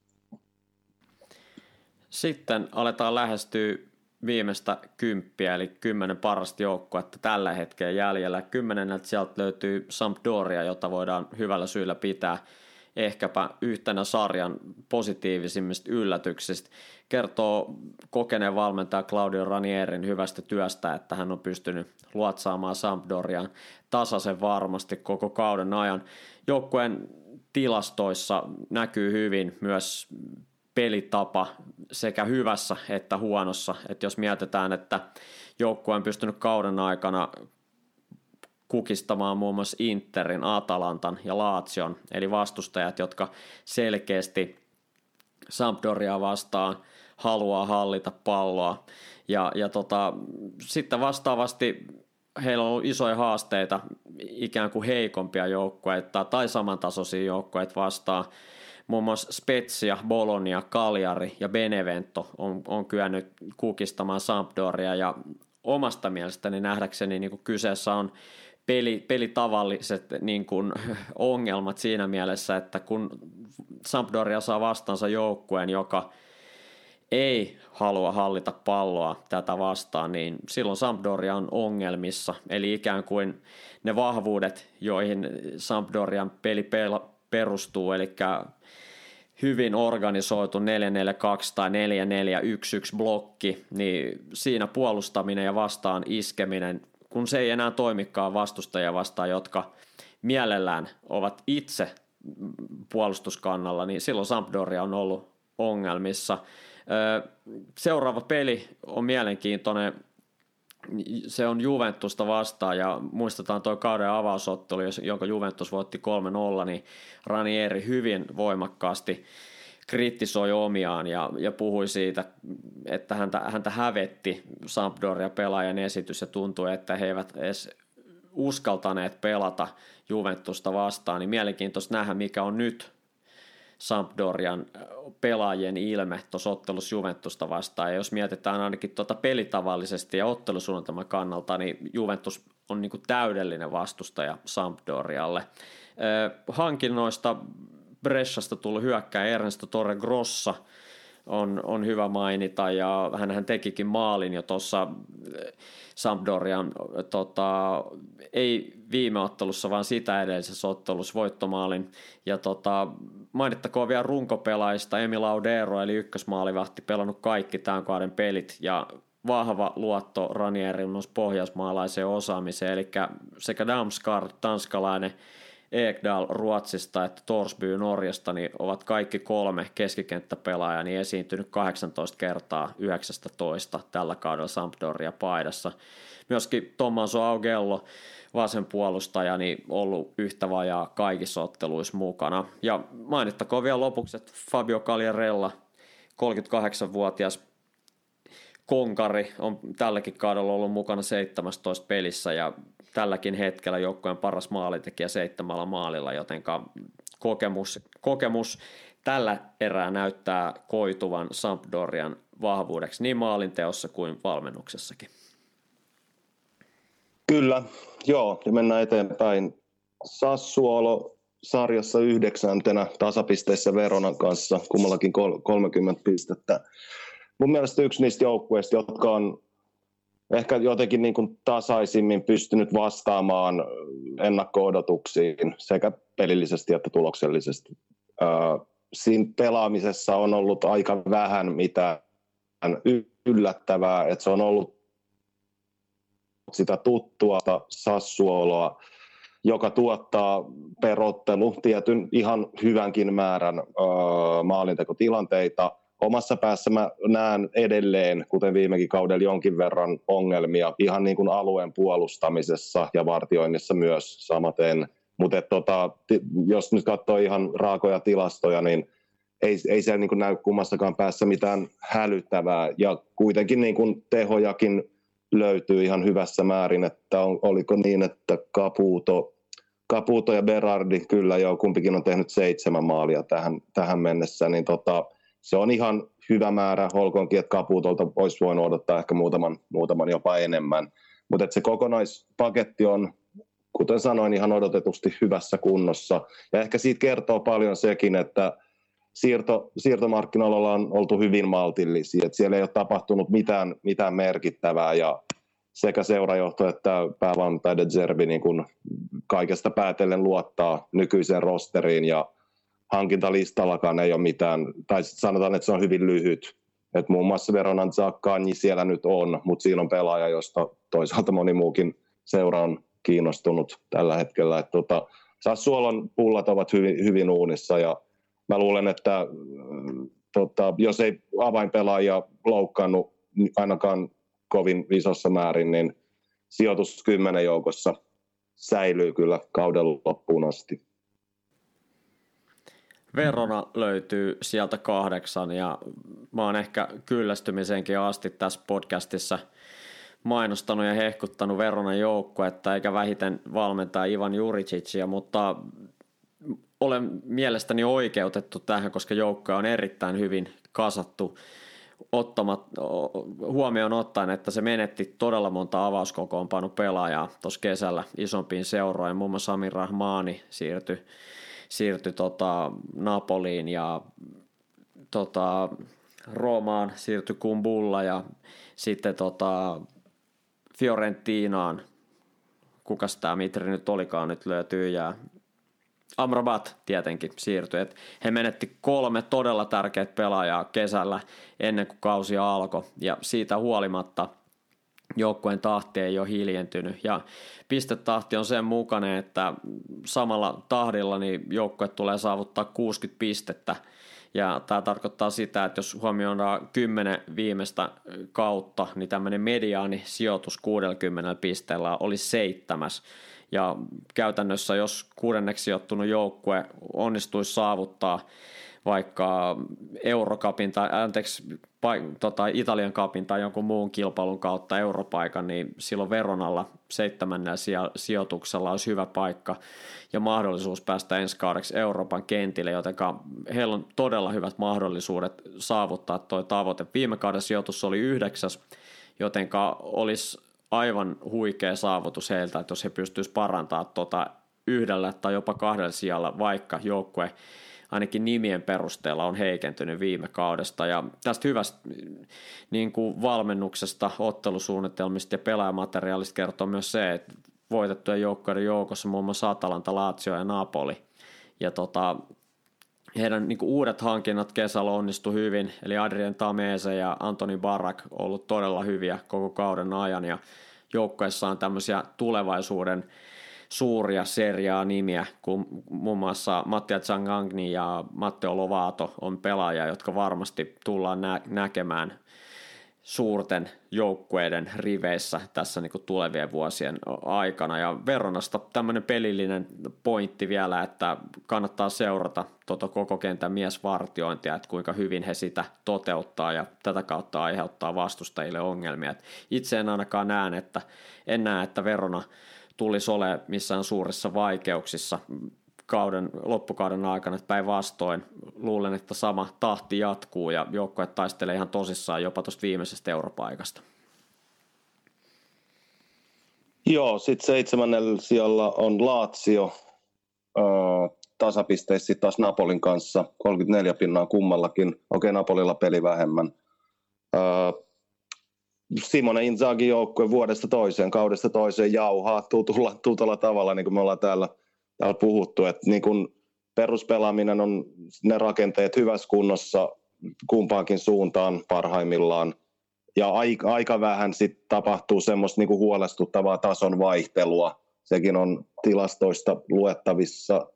Sitten aletaan lähestyä viimeistä 10, eli 10 parasta joukkuetta tällä hetkellä jäljellä. 10 sieltä löytyy Sampdoria, jota voidaan hyvällä syyllä pitää ehkäpä yhtenä sarjan positiivisimmista yllätyksistä. Kertoo kokeneen valmentaja Claudio Ranierin hyvästä työstä, että hän on pystynyt luotsaamaan Sampdoriaan tasaisen varmasti koko kauden ajan. Joukkueen tilastoissa näkyy hyvin myös pelitapa sekä hyvässä että huonossa. Että jos mietitään, että joukkue on pystynyt kauden aikana kukistamaan muun muassa Interin, Atalantan ja Lazion, eli vastustajat, jotka selkeästi Sampdoriaa vastaan haluaa hallita palloa. Ja sitten vastaavasti heillä on ollut isoja haasteita ikään kuin heikompia joukkueita tai samantasoisia joukkueita vastaan. Muun muassa Spezia, Bologna, Cagliari ja Benevento on kyennyt kukistamaan Sampdoria, ja omasta mielestäni nähdäkseni niin kuin kyseessä on pelitavalliset niin kuin ongelmat siinä mielessä, että kun Sampdoria saa vastaansa joukkueen, joka ei halua hallita palloa tätä vastaan, niin silloin Sampdoria on ongelmissa. Eli ikään kuin ne vahvuudet, joihin Sampdorian peli perustuu, eli hyvin organisoitu 4-4-2 tai 4-4-1-1 blokki, niin siinä puolustaminen ja vastaan iskeminen, kun se ei enää toimikaan vastustajia vastaan, jotka mielellään ovat itse puolustuskannalla, niin silloin Sampdoria on ollut ongelmissa. Seuraava peli on mielenkiintoinen. Se on Juventusta vastaan, ja muistetaan tuo kauden avausottelu, jonka Juventus voitti 3-0, niin Ranieri hyvin voimakkaasti kriittisoi omiaan ja puhui siitä, että häntä hävetti Sampdoria pelaajan esitys, ja tuntui, että he eivät edes uskaltaneet pelata Juventusta vastaan. Niin mielenkiintoista nähdä, mikä on nyt Sampdorian pelaajien ilme tuossa ottelussa Juventusta vastaan. Ja jos mietitään ainakin pelitavallisesti ja ottelusuunnitelman kannalta, niin Juventus on niin kuin täydellinen vastustaja Sampdorialle. Hankinnoista Bresciasta tullut hyökkääjä Ernesto Torregrossa on hyvä mainita, ja hän tekikin maalin jo tuossa Sampdorian ei viime ottelussa, vaan sitä edellisessä ottelussa voittomaalin. Ja mainittakoon vielä runkopelaajista Emil Laudero, eli ykkösmaalivahti, pelannut kaikki tämän kauden pelit, ja vahva luotto Ranierin pohjoismaalaiseen osaamiseen, eli sekä Damsgaard, tanskalainen, Ekdal Ruotsista että Torsby Norjasta, niin ovat kaikki 3 keskikenttäpelaajaa niin esiintynyt 18 kertaa 19 tällä kaudella Sampdoria paidassa. Myöskin Tommaso Augello, vasenpuolustaja, niin ollut yhtä vajaa kaikissa otteluissa mukana. Ja mainittakoon vielä lopuksi, että Fabio Quagliarella, 38-vuotias konkari, on tälläkin kaudella ollut mukana 17 pelissä, ja tälläkin hetkellä joukkueen paras maalintekijä 7 maalilla, jotenka kokemus tällä erää näyttää koituvan Sampdorian vahvuudeksi niin maalinteossa kuin valmennuksessakin. Kyllä, joo, ja mennään eteenpäin. Sassuolo sarjassa 9. tasapisteissä Veronan kanssa, kummallakin 30 pistettä. Mun mielestä yksi niistä joukkueista, jotka on ehkä jotenkin niin kuin tasaisimmin pystynyt vastaamaan ennakko-odotuksiin sekä pelillisesti että tuloksellisesti. Siinä pelaamisessa on ollut aika vähän mitään yllättävää, että se on ollut sitä tuttua Sassuoloa, joka tuottaa per ottelu tietyn ihan hyvänkin määrän maalintekotilanteita. Omassa päässä mä näen edelleen, kuten viimekin kaudella, jonkin verran ongelmia ihan niin kuin alueen puolustamisessa ja vartioinnissa myös samaten. Mutta jos nyt katsoo ihan raakoja tilastoja, niin ei siellä niin kuin näy kummassakaan päässä mitään hälyttävää. Ja kuitenkin niin kuin tehojakin löytyy ihan hyvässä määrin, että oliko niin, että Caputo ja Berardi, kyllä joo, kumpikin on tehnyt 7 maalia tähän mennessä, niin se on ihan hyvä määrä, olkoonkin, että Caputolta olisi voinut odottaa ehkä muutaman jopa enemmän. Mutta se kokonaispaketti on, kuten sanoin, ihan odotetusti hyvässä kunnossa. Ja ehkä siitä kertoo paljon sekin, että siirtomarkkinoilla on oltu hyvin maltillisia. Et siellä ei ole tapahtunut mitään merkittävää ja sekä seurajohto että päävalmentaja De Zerbi niin kun kaikesta päätellen luottaa nykyiseen rosteriin ja hankintalistallakaan ei ole mitään, tai sanotaan, että se on hyvin lyhyt. Et muun muassa Veronan Zaccagni siellä nyt on, mutta siinä on pelaaja, josta toisaalta moni muukin seura on kiinnostunut tällä hetkellä. Sassuolon pullat ovat hyvin uunissa ja mä luulen, että jos ei avainpelaajia loukkaannut ainakaan kovin isossa määrin, niin sijoitus 10 joukossa säilyy kyllä kauden loppuun asti. Verona löytyy sieltä 8 ja mä oon ehkä kyllästymisenkin asti tässä podcastissa mainostanut ja hehkuttanut Veronan joukkuetta eikä vähiten valmentaa Ivan Juricicia, mutta olen mielestäni oikeutettu tähän, koska joukkue on erittäin hyvin kasattu huomioon ottaen, että se menetti todella monta avauskokoonpano pelaajaa tuossa kesällä isompiin seuroihin. Muun muassa Amir Rahmani siirtyi Napoliin ja Roomaan siirtyi Kumbulla ja sitten Fiorentinaan, kukas tämä Mitri nyt olikaan, nyt löytyy ja Amrabat tietenkin siirtyi. Et he menetti 3 todella tärkeät pelaajaa kesällä ennen kuin kausi alkoi ja siitä huolimatta joukkueen tahti ei ole hiljentynyt ja pistetahti on sen mukainen, että samalla tahdilla niin joukkue tulee saavuttaa 60 pistettä ja tämä tarkoittaa sitä, että jos huomioidaan 10 viimeistä kautta, niin tämmöinen mediaani sijoitus 60 pisteellä olisi 7. Ja käytännössä jos 6. sijoittunut joukkue onnistuisi saavuttaa vaikka Eurocupin tai Italian Cupin tai jonkun muun kilpailun kautta europaikan, niin silloin Veronalla 7. sijoituksella olisi hyvä paikka ja mahdollisuus päästä ensi kaudeksi Euroopan kentille, joten heillä on todella hyvät mahdollisuudet saavuttaa tuo tavoite. Viime kauden sijoitus oli 9, joten olisi aivan huikea saavutus heiltä, että jos he pystyisivät parantamaan 1 tai jopa 2 sijalla, vaikka joukkue ainakin nimien perusteella on heikentynyt viime kaudesta. Ja tästä hyvästä niin kuin valmennuksesta, ottelusuunnitelmista ja pelaajamateriaalista kertoo myös se, että voitettujen joukkueiden joukossa muun muassa Atalanta, Lazio ja Napoli. Ja heidän niin kuin uudet hankinnat kesällä onnistui hyvin, eli Adrien Tameze ja Antoni Barak on ollut todella hyviä koko kauden ajan, ja joukkueessa on tämmöisiä tulevaisuuden suuria seriaa nimiä, kun muun muassa Mattia Zanghagni ja Matteo Lovato on pelaajia, jotka varmasti tullaan näkemään suurten joukkueiden riveissä tässä niin kuin tulevien vuosien aikana. Ja Veronasta tämmöinen pelillinen pointti vielä, että kannattaa seurata koko kentän miesvartiointia, että kuinka hyvin he sitä toteuttaa ja tätä kautta aiheuttaa vastustajille ongelmia. Et itse en ainakaan näe, että Verona tulisi olemaan missään suurissa vaikeuksissa loppukauden aikana, että päinvastoin luulen, että sama tahti jatkuu ja joukkue taistelee ihan tosissaan jopa tuosta viimeisestä europaikasta. Joo, sitten 7. sijalla on Lazio tasapisteissä taas Napolin kanssa, 34 pinnaa kummallakin. Okei, Napolilla peli vähemmän. Simone Inzaghin joukkue vuodesta toiseen, kaudesta toiseen jauhaa tutulla tavalla, niin kuin me ollaan täällä puhuttu, että niin kun peruspelaaminen on ne rakenteet hyvässä kunnossa kumpaankin suuntaan parhaimmillaan. Ja aika vähän sitten tapahtuu semmoista niin kuin huolestuttavaa tason vaihtelua. Sekin on tilastoista luettavissa.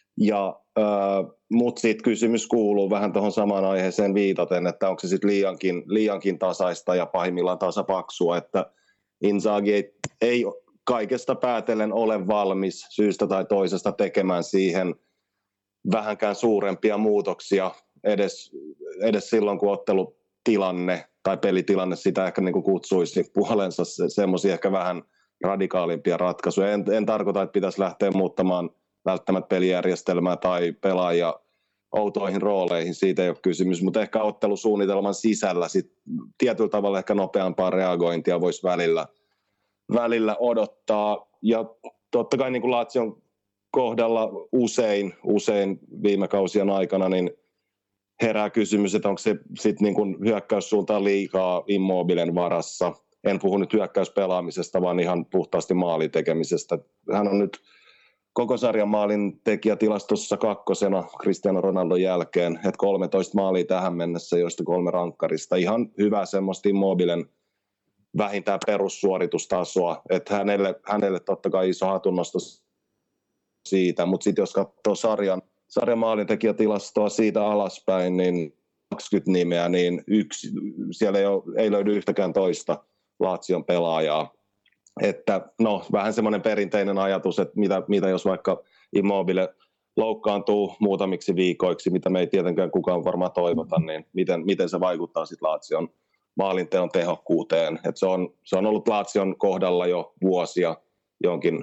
Mutta sitten kysymys kuuluu vähän tuohon samaan aiheeseen viitaten, että onko se sitten liiankin tasaista ja pahimmillaan tasapaksua, että Inzaghi ei kaikesta päätellen ole valmis syystä tai toisesta tekemään siihen vähänkään suurempia muutoksia edes silloin, kun ottelutilanne tai pelitilanne sitä ehkä niin kuin kutsuisi puolensa semmoisia ehkä vähän radikaalimpia ratkaisuja. En tarkoita, että pitäisi lähteä muuttamaan välttämättä pelijärjestelmää tai pelaajia outoihin rooleihin, siitä ei ole kysymys, mutta ehkä ottelusuunnitelman sisällä sit tietyllä tavalla ehkä nopeampaa reagointia voisi välillä odottaa, ja totta kai niin kuin Lazion kohdalla usein viime kausien aikana niin herää kysymys, että onko se sitten niin kuin hyökkäyssuuntaan liikaa Immobilen varassa. En puhu nyt hyökkäyspelaamisesta, vaan ihan puhtaasti maalitekemisestä. Hän on nyt koko sarjan maalin tekijätilastossa kakkosena Cristiano Ronaldon jälkeen, että 13 maalia tähän mennessä, joista 3 rankkarista. Ihan hyvä semmoista Immobilen vähintään perussuoritustasoa, että hänelle totta kai iso hatunnosto siitä, mutta sitten jos katsoo sarjan maalintekijätilastoa siitä alaspäin, niin 20 nimeä, niin siellä ei löydy yhtäkään toista Lazion pelaajaa. Että no, vähän semmoinen perinteinen ajatus, että mitä jos vaikka Immobile loukkaantuu muutamiksi viikoiksi, mitä me ei tietenkään kukaan varmaan toivota, niin miten se vaikuttaa sitten Lazion maalinteon tehokkuuteen. Että se on ollut Lazion kohdalla jo vuosia jonkin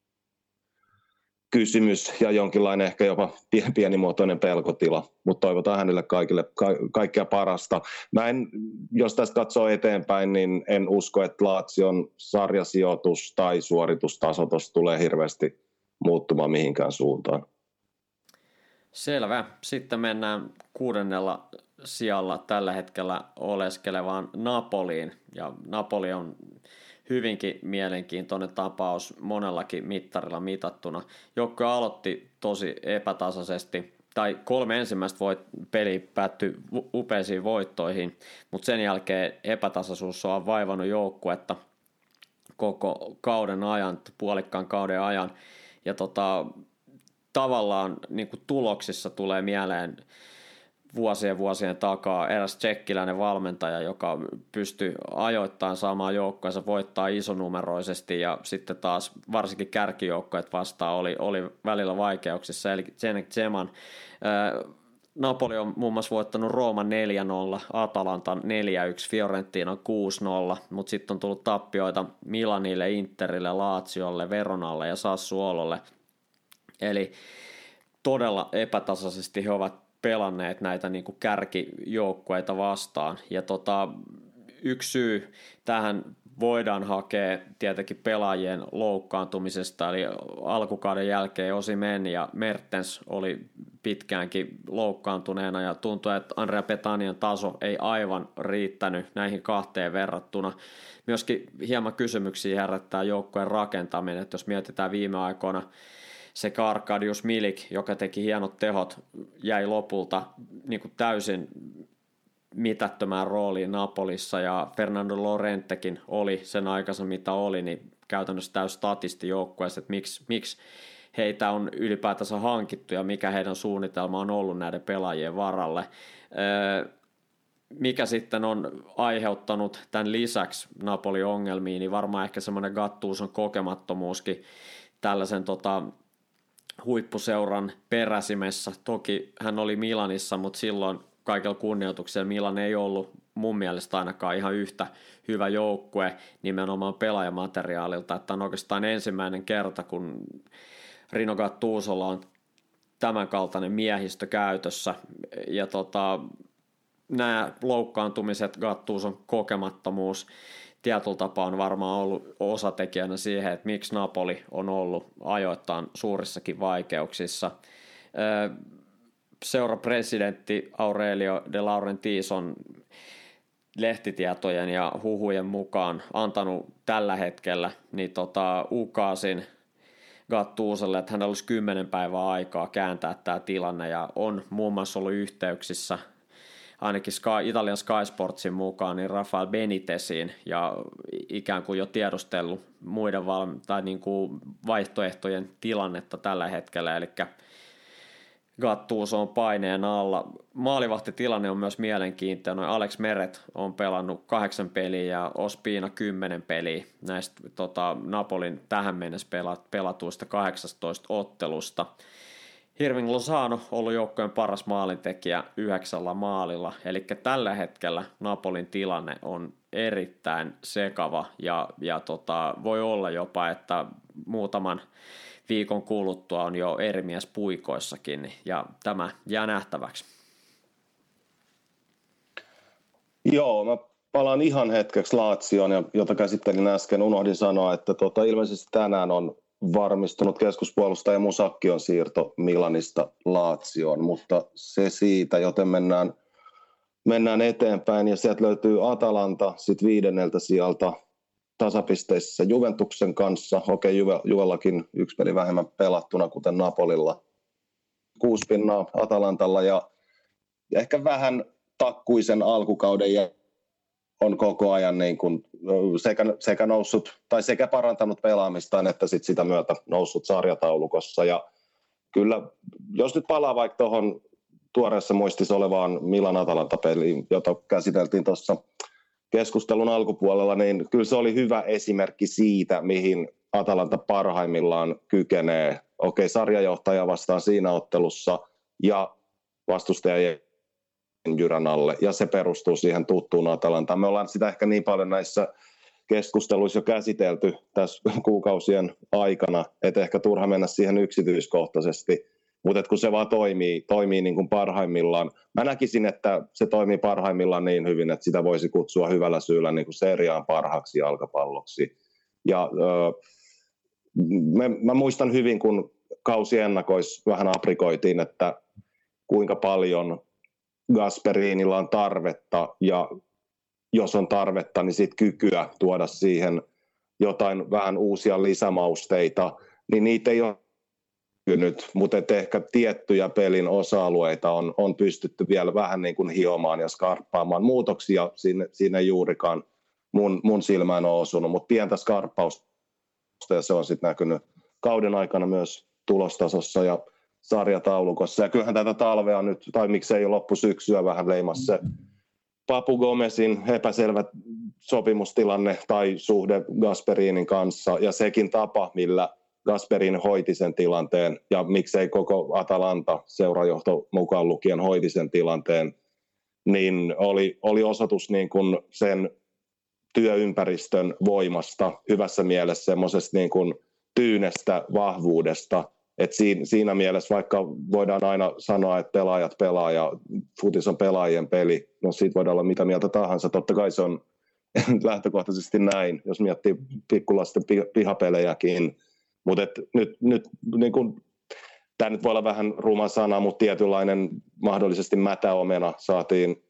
kysymys ja jonkinlainen ehkä jopa pienimuotoinen pelkotila, mutta toivotaan hänelle kaikkea parasta. Jos tästä katsoo eteenpäin, niin en usko, että Lazion sarjasijoitus tai suoritustaso tulee hirveästi muuttumaan mihinkään suuntaan. Selvä. Sitten mennään 6. sijalla tällä hetkellä oleskelevaan Napoliin, ja Napoli on hyvinkin mielenkiintoinen tapaus monellakin mittarilla mitattuna. Joukkue aloitti tosi epätasaisesti, tai 3 ensimmäistä peliä päättyi upeisiin voittoihin, mutta sen jälkeen epätasaisuus on vaivannut joukkuetta koko kauden ajan, puolikkaan kauden ajan, ja tavallaan niin kuin tuloksissa tulee mieleen vuosien takaa eräs tsekkiläinen valmentaja, joka pystyi ajoittain saamaan joukkueensa voittaa isonumeroisesti, ja sitten taas varsinkin kärkijoukkueet vastaan oli välillä vaikeuksissa, eli Zeman. Napoli on muun muassa voittanut Rooman 4-0, Atalantan 4-1, Fiorentina 6-0, mutta sitten on tullut tappioita Milanille, Interille, Laziolle, Veronalle ja Sassuololle. Eli todella epätasaisesti he ovat pelanneet näitä niin kuin kärkijoukkueita vastaan. Ja yksi syy tähän voidaan hakea tietenkin pelaajien loukkaantumisesta, eli alkukauden jälkeen Osimhen ja Mertens oli pitkäänkin loukkaantuneena, ja tuntui, että Andrea Petagnan taso ei aivan riittänyt näihin 2 verrattuna. Myöskin hieman kysymyksiä herättää joukkueen rakentaminen, että jos mietitään viime aikoina, se Arkadiusz Milik, joka teki hienot tehot, jäi lopulta niin kuin täysin mitättömään rooliin Napolissa, ja Fernando Llorentekin oli sen aikaisemmin mitä oli, niin käytännössä täys statisti joukkueessa, että miksi heitä on ylipäätänsä hankittu ja mikä heidän suunnitelma on ollut näiden pelaajien varalle. Mikä sitten on aiheuttanut tämän lisäksi Napolin ongelmiin, niin varmaan ehkä semmoinen Gattuson kokemattomuuskin tällaisen huippuseuran peräsimessä. Toki hän oli Milanissa, mutta silloin kaikella kunnioituksella Milan ei ollut mun mielestä ainakaan ihan yhtä hyvä joukkue nimenomaan pelaajamateriaalilta, että on oikeastaan ensimmäinen kerta, kun Rino Gattusolla on tämän kaltainen miehistö käytössä, ja nämä loukkaantumiset, Gattuson kokemattomuus tietyllä tapaa on varmaan ollut osatekijänä siihen, että miksi Napoli on ollut ajoittain suurissakin vaikeuksissa. Seurapresidentti Aurelio De Laurentiis on lehtitietojen ja huhujen mukaan antanut tällä hetkellä niin ukaasin Gattuselle, että hänellä olisi 10 päivää aikaa kääntää tämä tilanne, ja on muun muassa ollut yhteyksissä ainakin Italian Sky Sportsin mukaan niin Rafael Benitesiin, ja ikään kuin jo tiedustellut muiden niin kuin vaihtoehtojen tilannetta tällä hetkellä, eli Gattuso on paineen alla. Maalivahtitilanne on myös mielenkiintoinen. Alex Meret on pelannut 8 peliä ja Ospina 10 peliä näistä Napolin tähän mennessä pelatuista 18 ottelusta. Irving Lozano on ollut joukkojen paras maalintekijä 9 maalilla, eli tällä hetkellä Napolin tilanne on erittäin sekava, ja voi olla jopa, että muutaman viikon kuluttua on jo eri mies puikoissakin, ja tämä jää nähtäväksi. Joo, mä palaan ihan hetkeksi Lazioon, jota käsittelin äsken. Unohdin sanoa, että ilmeisesti tänään on varmistunut keskuspuolustaja Musacchion siirto Milanista Lazioon, mutta se siitä, joten mennään eteenpäin. Ja sieltä löytyy Atalanta sitten 5. sijalta tasapisteissä Juventuksen kanssa. Okei, Juvellakin 1 peli vähemmän pelattuna, kuten Napolilla. 6 pinnaa Atalantalla ja ehkä vähän takkuisen alkukauden ja on koko ajan niin kuin sekä noussut tai sekä parantanut pelaamistaan että sit sitä myötä noussut sarjataulukossa. Ja kyllä, jos nyt palaa vaikka tuohon tuoreessa muistissa olevaan Milan-Atalanta-peliin, jota käsiteltiin tuossa keskustelun alkupuolella, niin kyllä se oli hyvä esimerkki siitä, mihin Atalanta parhaimmillaan kykenee. Okei, sarjajohtaja vastaan siinä ottelussa ja vastustajien jyrän alle, ja se perustuu siihen tuttuun Atalantaan. Me ollaan sitä ehkä niin paljon näissä keskusteluissa jo käsitelty tässä kuukausien aikana, että ehkä turha mennä siihen yksityiskohtaisesti, mutta kun se vaan toimii niin kuin parhaimmillaan. Mä näkisin, että se toimii parhaimmillaan niin hyvin, että sitä voisi kutsua hyvällä syyllä niin kuin seriaan parhaaksi jalkapalloksi. Ja mä muistan hyvin, kun kausiennakoissa vähän aprikoitiin, että kuinka paljon Gasperinilla on tarvetta, ja jos on tarvetta, niin sitten kykyä tuoda siihen jotain vähän uusia lisämausteita, niin niitä ei ole nyt, mutta ehkä tiettyjä pelin osa-alueita on pystytty vielä vähän niin kuin hiomaan ja skarppaamaan. Muutoksia siinä ei juurikaan mun silmään ole osunut, mutta pientä skarppausta, ja se on sitten näkynyt kauden aikana myös tulostasossa ja sarjataulukossa. Ja kyllähän tätä talvea nyt, tai miksei jo loppusyksyä vähän leimassa se Papu Gomezin epäselvä sopimustilanne tai suhde Gasperinin kanssa, ja sekin tapa, millä Gasperini hoiti sen tilanteen, ja miksei koko Atalanta seurajohto mukaan lukien hoiti sen tilanteen, niin oli osoitus niin kuin sen työympäristön voimasta, hyvässä mielessä semmoisesta niin kuin tyynestä vahvuudesta. Et siinä mielessä, vaikka voidaan aina sanoa, että pelaajat pelaa ja futis on pelaajien peli, no siitä voidaan olla mitä mieltä tahansa. Totta kai se on lähtökohtaisesti näin, jos miettii pikkulasten pihapelejäkin. Mutta nyt niin kun, tämä nyt voi olla vähän ruma sana, mutta tietynlainen mahdollisesti mätäomena saatiin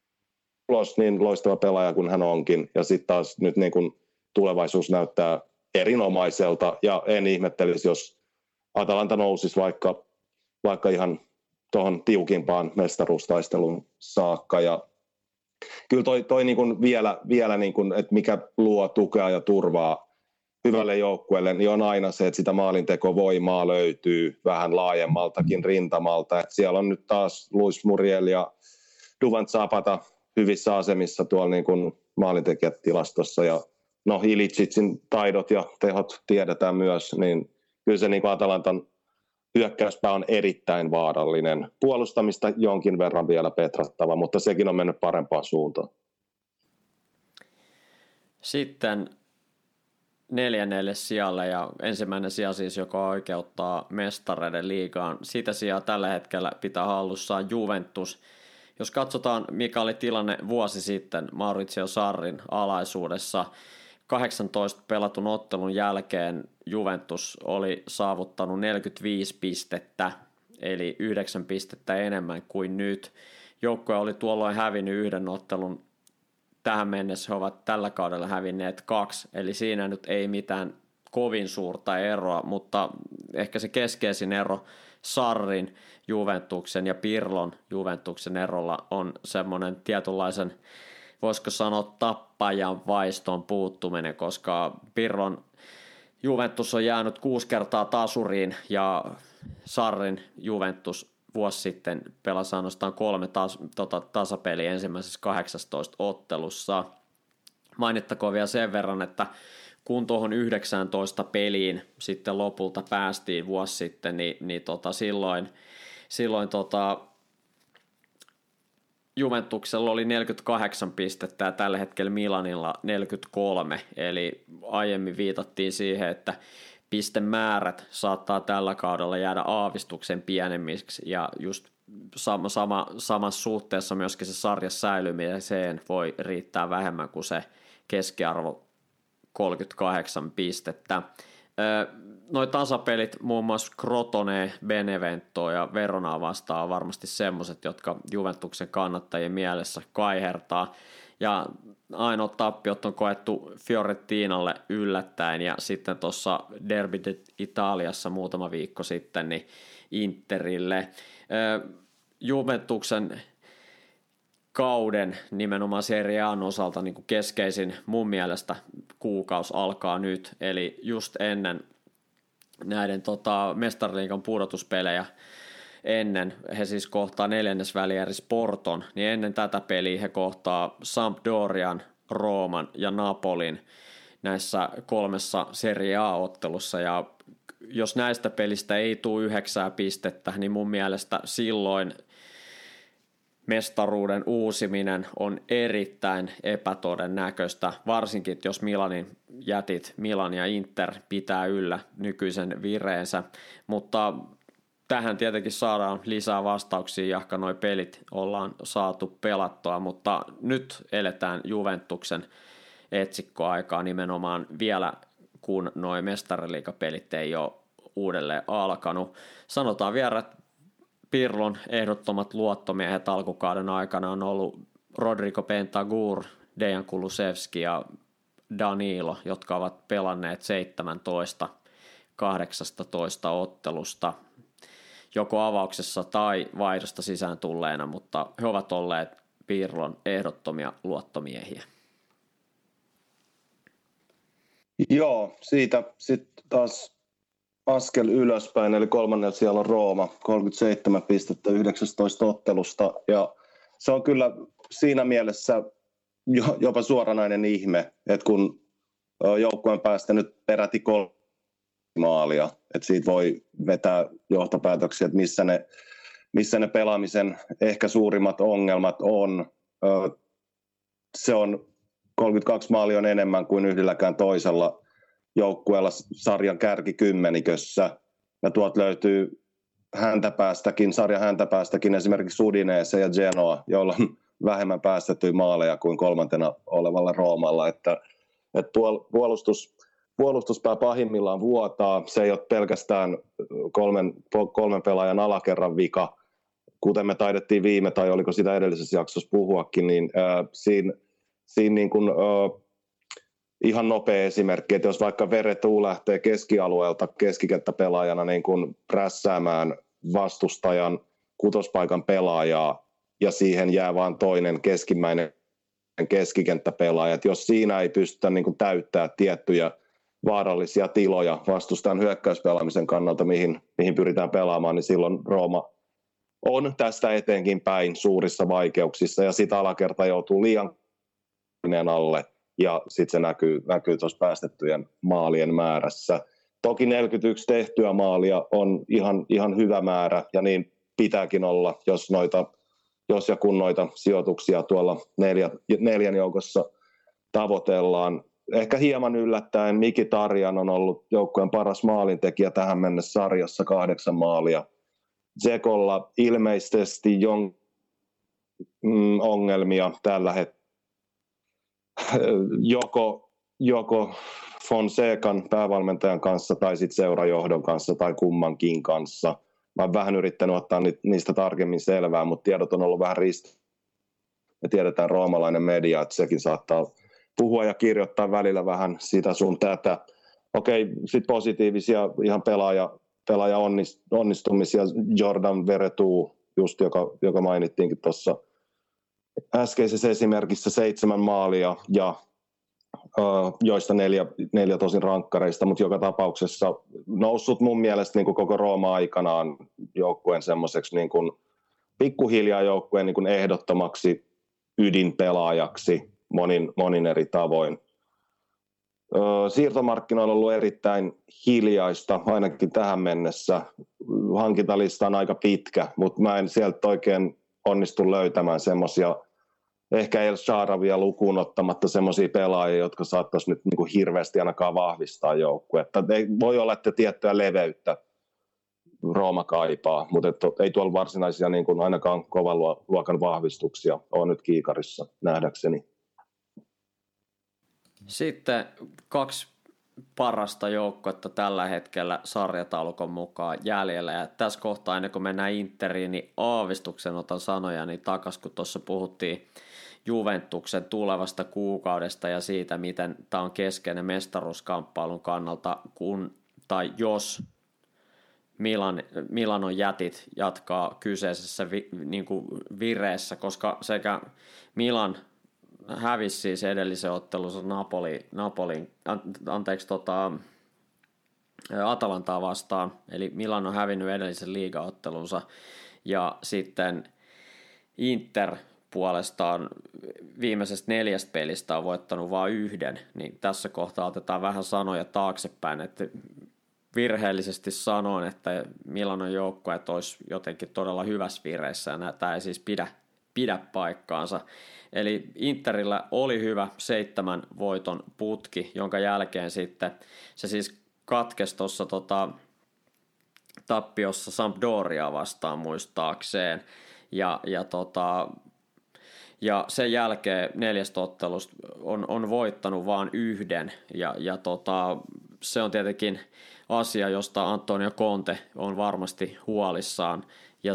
ulos, niin loistava pelaaja kuin hän onkin. Ja sitten taas nyt niin kun tulevaisuus näyttää erinomaiselta, ja en ihmettelisi, jos Atalanta nousisi vaikka ihan tuohon tiukimpaan mestaruustaisteluun saakka. Ja kyllä toi niin kuin vielä niin kuin, että mikä luo tukea ja turvaa hyvälle joukkueelle, niin on aina se, että sitä maalintekovoimaa löytyy vähän laajemmaltakin rintamalta. Et siellä on nyt taas Luis Muriel ja Duvan Zapata hyvissä asemissa tuolla niin kuin maalintekijätilastossa. Ja no Ilicicin taidot ja tehot tiedetään myös, niin kyllä se niin kuin Atalantan hyökkäyspää on erittäin vaarallinen. Puolustamista jonkin verran vielä petrattava, mutta sekin on mennyt parempaan suuntaan. Sitten 4. sijalle, ja ensimmäinen sija siis, joka oikeuttaa mestareiden liigaan. Sitä sijaa tällä hetkellä pitää hallussaan Juventus. Jos katsotaan, mikä oli tilanne vuosi sitten Maurizio Sarrin alaisuudessa, 18 pelatun ottelun jälkeen Juventus oli saavuttanut 45 pistettä, eli 9 pistettä enemmän kuin nyt. Joukkue oli tuolloin hävinnyt 1 ottelun. Tähän mennessä he ovat tällä kaudella hävinneet 2, eli siinä nyt ei mitään kovin suurta eroa, mutta ehkä se keskeisin ero Sarrin Juventuksen ja Pirlon Juventuksen erolla on semmoinen tietynlaisen, voisiko sanoa, tappajan vaiston puuttuminen, koska Pirlon Juventus on jäänyt 6 kertaa tasuriin, ja Sarrin Juventus vuosi sitten pelasi ainoastaan 3 tasapeliä ensimmäisessä 18 ottelussa. Mainittakoon vielä sen verran, että kun tuohon 19 peliin sitten lopulta päästiin vuosi sitten, niin silloin Juventuksella oli 48 pistettä ja tällä hetkellä Milanilla 43, eli aiemmin viitattiin siihen, että pistemäärät saattaa tällä kaudella jäädä aavistuksen pienemmiksi ja just samassa suhteessa myöskin se sarjan säilymiseen voi riittää vähemmän kuin se keskiarvo 38 pistettä. Noi tasapelit muun muassa Crotone, Benevento ja Veronaa vastaan on varmasti semmoiset, jotka Juventuksen kannattajien mielessä kaihertaa. Ja ainoat tappiot on koettu Fiorentinalle yllättäen ja sitten tuossa Derby Italiassa muutama viikko sitten niin Interille. Juventuksen kauden nimenomaan Serie A:n osalta niin kuin keskeisin mun mielestä kuukausi alkaa nyt, eli just ennen näiden Mestariliigan pudotuspelejä ennen, he siis kohtaa neljännesvälierissä Porton, niin ennen tätä peliä he kohtaa Sampdorian, Rooman ja Napolin näissä 3 Serie A-ottelussa, ja jos näistä pelistä ei tule 9 pistettä, niin mun mielestä silloin mestaruuden uusiminen on erittäin epätodennäköistä, varsinkin jos Milanin jätit, Milan ja Inter pitää yllä nykyisen vireensä, mutta tähän tietenkin saadaan lisää vastauksia, jahka noi pelit ollaan saatu pelattua, mutta nyt eletään Juventuksen etsikkoaikaa nimenomaan vielä, kun noi mestariliigapelit ei ole uudelleen alkanut. Sanotaan vielä, että Pirlon ehdottomat luottomiehet alkukauden aikana on ollut Rodrigo Bentancur, Dejan Kulusevski ja Danilo, jotka ovat pelanneet 17-18 ottelusta joko avauksessa tai vaihdosta sisään tulleena, mutta he ovat olleet Pirlon ehdottomia luottomiehiä. Joo, siitä sitten taas askel ylöspäin, eli 3. siellä on Rooma, 37 pistettä 19 ottelusta, ja se on kyllä siinä mielessä jopa suoranainen ihme, että kun joukkueen päästä nyt peräti 3 maalia, että siitä voi vetää johtopäätöksiä, että missä ne pelaamisen ehkä suurimmat ongelmat on. Se on 32 maalia on enemmän kuin yhdelläkään toisella joukkueella sarjan kärkikymmenikössä. Ja tuolta löytyy sarjan häntäpäästäkin esimerkiksi Udinese ja Genoa, joilla on vähemmän päästettyjä maaleja kuin 3. olevalla Roomalla. Että puolustuspää pahimmillaan vuotaa. Se ei ole pelkästään kolmen pelaajan alakerran vika, kuten me taidettiin viime tai oliko sitä edellisessä jaksossa puhuakin, niin siinä niin kuin, ihan nopea esimerkki, että jos vaikka Veretout lähtee keskialueelta keskikenttäpelaajana niin kuin prässäämään vastustajan kutospaikan pelaajaa ja siihen jää vain toinen keskimmäinen keskikenttäpelaaja, että jos siinä ei pystytä niin kuin täyttää tiettyjä vaarallisia tiloja vastustajan hyökkäyspelaamisen kannalta, mihin pyritään pelaamaan, niin silloin Rooma on tästä eteenkin päin suurissa vaikeuksissa ja sitä alakerta joutuu liian alle ja sitten se näkyy tuossa päästettyjen maalien määrässä. Toki 41 tehtyä maalia on ihan hyvä määrä ja niin pitääkin olla, jos ja kun noita sijoituksia tuolla 4 joukossa tavoitellaan. Ehkä hieman yllättäen Mkhitaryan on ollut joukkueen paras maalintekijä tähän mennessä sarjassa 8 maalia. Dzekolla ilmeisesti ongelmia tällä hetkellä. Joko Fonsecan päävalmentajan kanssa tai sitten seurajohdon kanssa tai kummankin kanssa. Mä oon vähän yrittänyt ottaa niistä tarkemmin selvää, mutta tiedot on ollut vähän me tiedetään roomalainen media, että sekin saattaa puhua ja kirjoittaa välillä vähän sitä sun tätä. Okei, sitten positiivisia ihan pelaaja onnistumisia. Jordan Veretout, just joka mainittiinkin tuossa äskeisessä esimerkissä 7 maalia, ja joista 4 tosin rankkareista, mutta joka tapauksessa noussut mun mielestä niin kuin koko Rooma aikanaan joukkueen semmoiseksi niin kuin pikkuhiljaa joukkueen niin kuin ehdottomaksi ydinpelaajaksi monin eri tavoin. Siirtomarkkinoilla on ollut erittäin hiljaista, ainakin tähän mennessä. Hankintalista on aika pitkä, mutta mä en sieltä oikein onnistu löytämään semmoisia ehkä El Shaaravyä lukuun ottamatta semmoisia pelaajia, jotka saattaisi nyt niin kuin hirveästi ainakaan vahvistaa joukkuetta. Ei voi olla, että tiettyä leveyttä Rooma kaipaa, mutta ei tuolla varsinaisia niin kuin ainakaan kovan luokan vahvistuksia ole nyt kiikarissa nähdäkseni. Sitten 2 parasta joukkuetta tällä hetkellä sarjataulukon mukaan jäljellä. Ja tässä kohtaa, ennen kuin mennään Interiin, niin aavistuksen otan sanoja niin takas, kun tuossa puhuttiin Juventuksen tulevasta kuukaudesta ja siitä, miten tämä on keskeinen mestaruuskamppailun kannalta, kun tai jos Milanon jätit jatkaa kyseisessä niin kuin vireessä, koska sekä Milan hävisi siis edellisen ottelunsa Atalantaa vastaan, eli Milan on hävinnyt edellisen liigaottelunsa, ja sitten Inter puolestaan viimeisestä 4 pelistä on voittanut vain 1, niin tässä kohtaa otetaan vähän sanoja taaksepäin, että virheellisesti sanoin, että Milanon joukkueet olisi jotenkin todella hyvässä vireessä, ja tämä ei siis pidä paikkaansa. Eli Interillä oli hyvä 7 voiton putki, jonka jälkeen sitten se siis katkesi tuossa tappiossa Sampdoriaa vastaan muistaakseen, ja sen jälkeen 4 ottelusta on voittanut vain 1, ja se on tietenkin asia, josta Antonio Conte on varmasti huolissaan, ja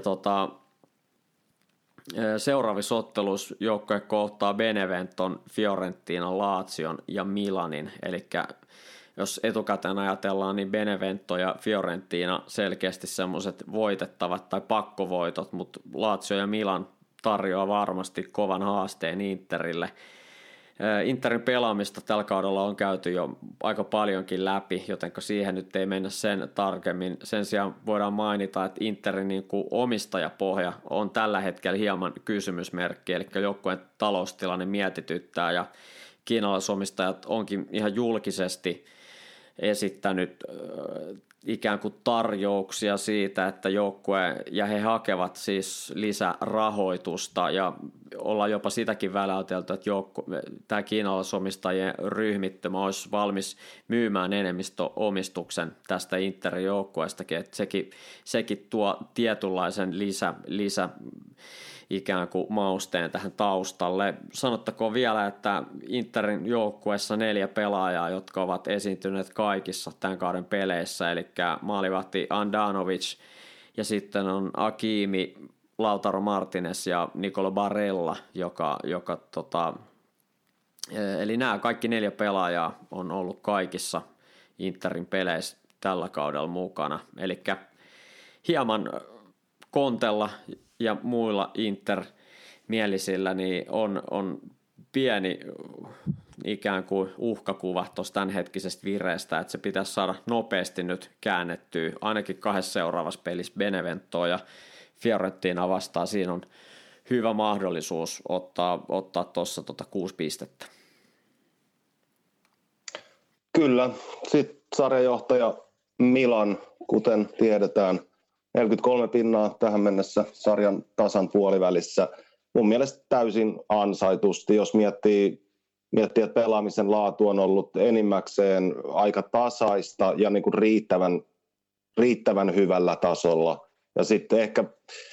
seuraavissa otteluissa joukkue kohtaa Beneventon, Fiorentinan, Lazion ja Milanin, eli jos etukäteen ajatellaan, niin Benevento ja Fiorentina selkeästi semmoiset voitettavat tai pakkovoitot, mutta Lazio ja Milan tarjoaa varmasti kovan haasteen Interille. Interin pelaamista tällä kaudella on käyty jo aika paljonkin läpi, jotenka siihen nyt ei mennä sen tarkemmin. Sen sijaan voidaan mainita, että Interin niin kuin omistajapohja on tällä hetkellä hieman kysymysmerkki, eli joukkueen taloustilanne mietityttää, ja kiinalaisomistajat onkin ihan julkisesti esittänyt ikään kuin tarjouksia siitä, että joukkue, ja he hakevat siis lisärahoitusta, ja ollaan jopa sitäkin väläytelty, että tämä kiinalaisomistajien ryhmittymä olisi valmis myymään enemmistöomistuksen tästä Interin joukkueestakin, että sekin tuo tietynlaisen lisä ikään kuin mausteen tähän taustalle. Sanottakoon vielä, että Interin joukkueessa 4 pelaajaa, jotka ovat esiintyneet kaikissa tämän kauden peleissä, eli maalivahti Andanovic, ja sitten on Hakimi, Lautaro Martinez ja Nicolo Barella, eli nämä kaikki 4 pelaajaa on ollut kaikissa Interin peleissä tällä kaudella mukana, eli hieman Kontella ja muilla Inter-mielisillä niin on pieni ikään kuin uhkakuva tuosta tämänhetkisestä vireestä, että se pitäisi saada nopeasti nyt käännettyä, ainakin 2 seuraavassa pelissä Beneventoa ja Fiorentina vastaan. Siinä on hyvä mahdollisuus ottaa tuossa 6 pistettä. Kyllä. Sitten sarjajohtaja Milan, kuten tiedetään, 43 pinnaa tähän mennessä sarjan tasan puolivälissä. Mun mielestä täysin ansaitusti, jos miettii, että pelaamisen laatu on ollut enimmäkseen aika tasaista ja niin kuin riittävän hyvällä tasolla. Ja sitten ehkä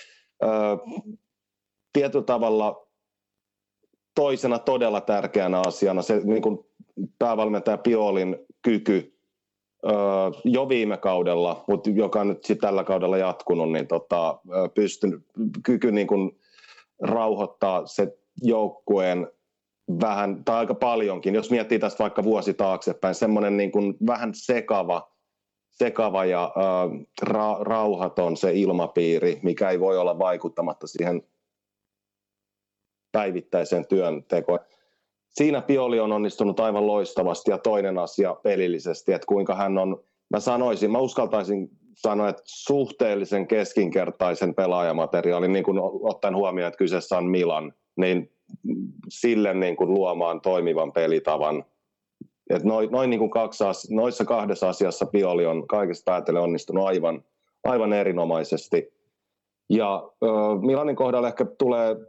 tietyllä tavalla toisena todella tärkeänä asiana se niin kuin päävalmentaja Piolin kyky jo viime kaudella, mutta joka on nyt tällä kaudella jatkunut, niin kyky niin kuin rauhoittaa se joukkueen vähän tai aika paljonkin. Jos miettii tästä vaikka vuosi taaksepäin, semmoinen niin kuin vähän sekava ja rauhaton se ilmapiiri, mikä ei voi olla vaikuttamatta siihen päivittäiseen työntekoon. Siinä Pioli on onnistunut aivan loistavasti, ja toinen asia pelillisesti, että kuinka hän on, mä uskaltaisin sanoa, että suhteellisen keskinkertaisen pelaajamateriaalin, niin kuin ottaen huomioon, että kyseessä on Milan, niin sille niin kuin luomaan toimivan pelitavan. Että noin niin kuin noissa 2 asiassa Pioli on kaikesta päätellen onnistunut aivan erinomaisesti. Ja Milanin kohdalla ehkä tulee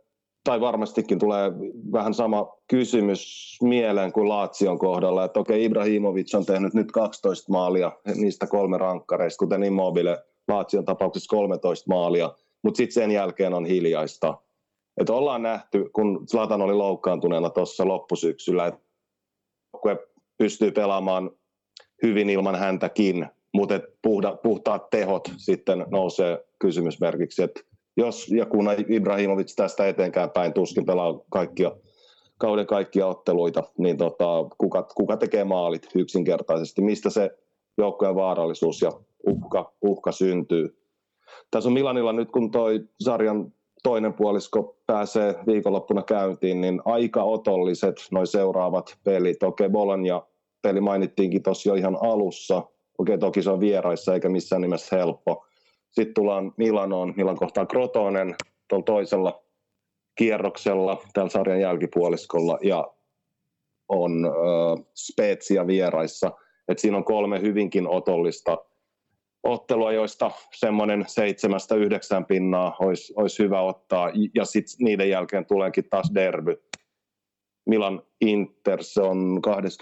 tai varmastikin tulee vähän sama kysymys mieleen kuin Lazion kohdalla, että okei, Ibrahimovic on tehnyt nyt 12 maalia, niistä 3 rankkareista, kuten Immobile, Lazion tapauksessa 13 maalia, mutta sitten sen jälkeen on hiljaista. Että ollaan nähty, kun Zlatan oli loukkaantuneena tuossa loppusyksyllä, että pystyy pelaamaan hyvin ilman häntäkin, mutta puhtaat tehot sitten nousee kysymysmerkiksi, että jos ja kun Ibrahimovic tästä eteenkään päin tuskin pelaa kauden kaikkia otteluita, niin kuka tekee maalit yksinkertaisesti? Mistä se joukkojen vaarallisuus ja uhka syntyy? Tässä on Milanilla nyt, kun toi sarjan toinen puolisko pääsee viikonloppuna käyntiin, niin aika otolliset noi seuraavat pelit. Okei, Bologna-peli mainittiinkin tuossa jo ihan alussa. Okei, toki se on vieraissa eikä missään nimessä helppo. Sitten tullaan Milanoon. Milan kohtaa Crotonen tuolla toisella kierroksella tällä sarjan jälkipuoliskolla ja on Spezia vieraissa. Et siinä on 3 hyvinkin otollista ottelua, joista semmoinen 7-9 pinnaa olisi hyvä ottaa. Ja sitten niiden jälkeen tuleekin taas derby. Milan Inter, se on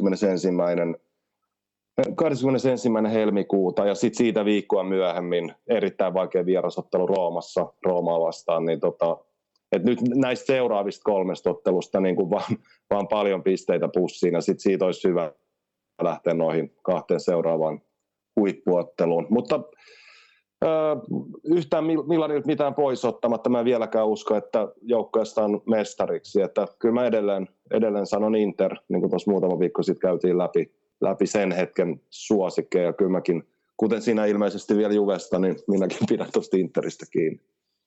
21. helmikuuta ja sitten siitä viikkoa myöhemmin erittäin vaikea vierasottelu Roomaa vastaan, niin et nyt näistä seuraavista 3 ottelusta niin kuin vaan paljon pisteitä pussiin ja sitten siitä olisi hyvä lähteä noihin 2 seuraavaan huippuotteluun. Mutta yhtään Milanilta mitään pois ottamatta, mä en vieläkään usko, että joukkueesta on mestariksi, että kyllä mä edelleen sanon Inter, niin kuin tuossa muutama viikko sitten käytiin läpi sen hetken suosikkeja, ja kyllä mäkin, kuten sinä ilmeisesti vielä Juvesta, niin minäkin pidän tuosta Interistä kiinni.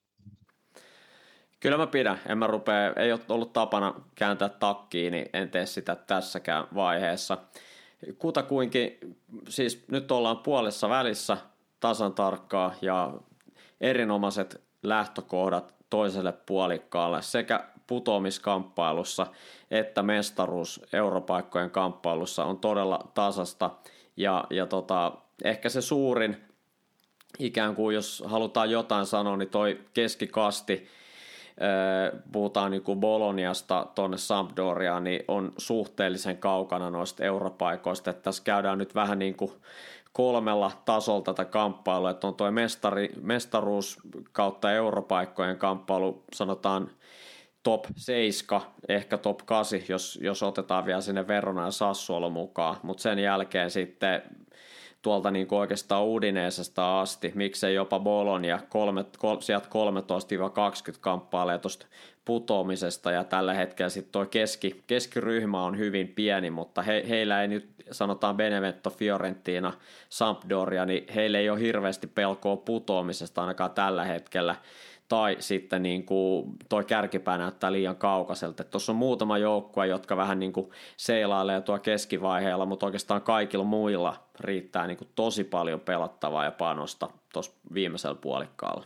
Kyllä mä pidän, ei ole ollut tapana kääntää takkiin, niin en tee sitä tässäkään vaiheessa. Kutakuinkin, siis nyt ollaan puolessa välissä tasan tarkkaa ja erinomaiset lähtökohdat toiselle puolikkaalle sekä putoamiskamppailussa että mestaruus europaikkojen kamppailussa on todella tasasta ja ehkä se suurin ikään kuin jos halutaan jotain sanoa, niin toi keskikasti, puhutaan niin kuin Boloniasta tuonne Sampdoriaan, niin on suhteellisen kaukana noista europaikoista, että tässä käydään nyt vähän niin kuin 3 tasolla tätä kamppailua, että on tuo mestaruus kautta europaikkojen kamppailu, sanotaan top 7, ehkä top 8, jos otetaan vielä sinne Verona ja Sassuolo mukaan, mutta sen jälkeen sitten tuolta niin kuin oikeastaan Udinesesta asti, miksei jopa Bologna, sieltä 13-20 kamppailee tuosta putoamisesta, ja tällä hetkellä sitten tuo keskiryhmä on hyvin pieni, mutta heillä ei nyt, sanotaan Benevento, Fiorentina, Sampdoria, niin heillä ei ole hirveästi pelkoa putoamisesta ainakaan tällä hetkellä, tai sitten niin kuin toi kärkipää näyttää liian kaukaiselta. Tuossa on muutama joukkue, jotka vähän niin kuin seilailee tuo keskivaiheella, mutta oikeastaan kaikilla muilla riittää niin kuin tosi paljon pelattavaa ja panosta tuossa viimeisellä puolikkaalla.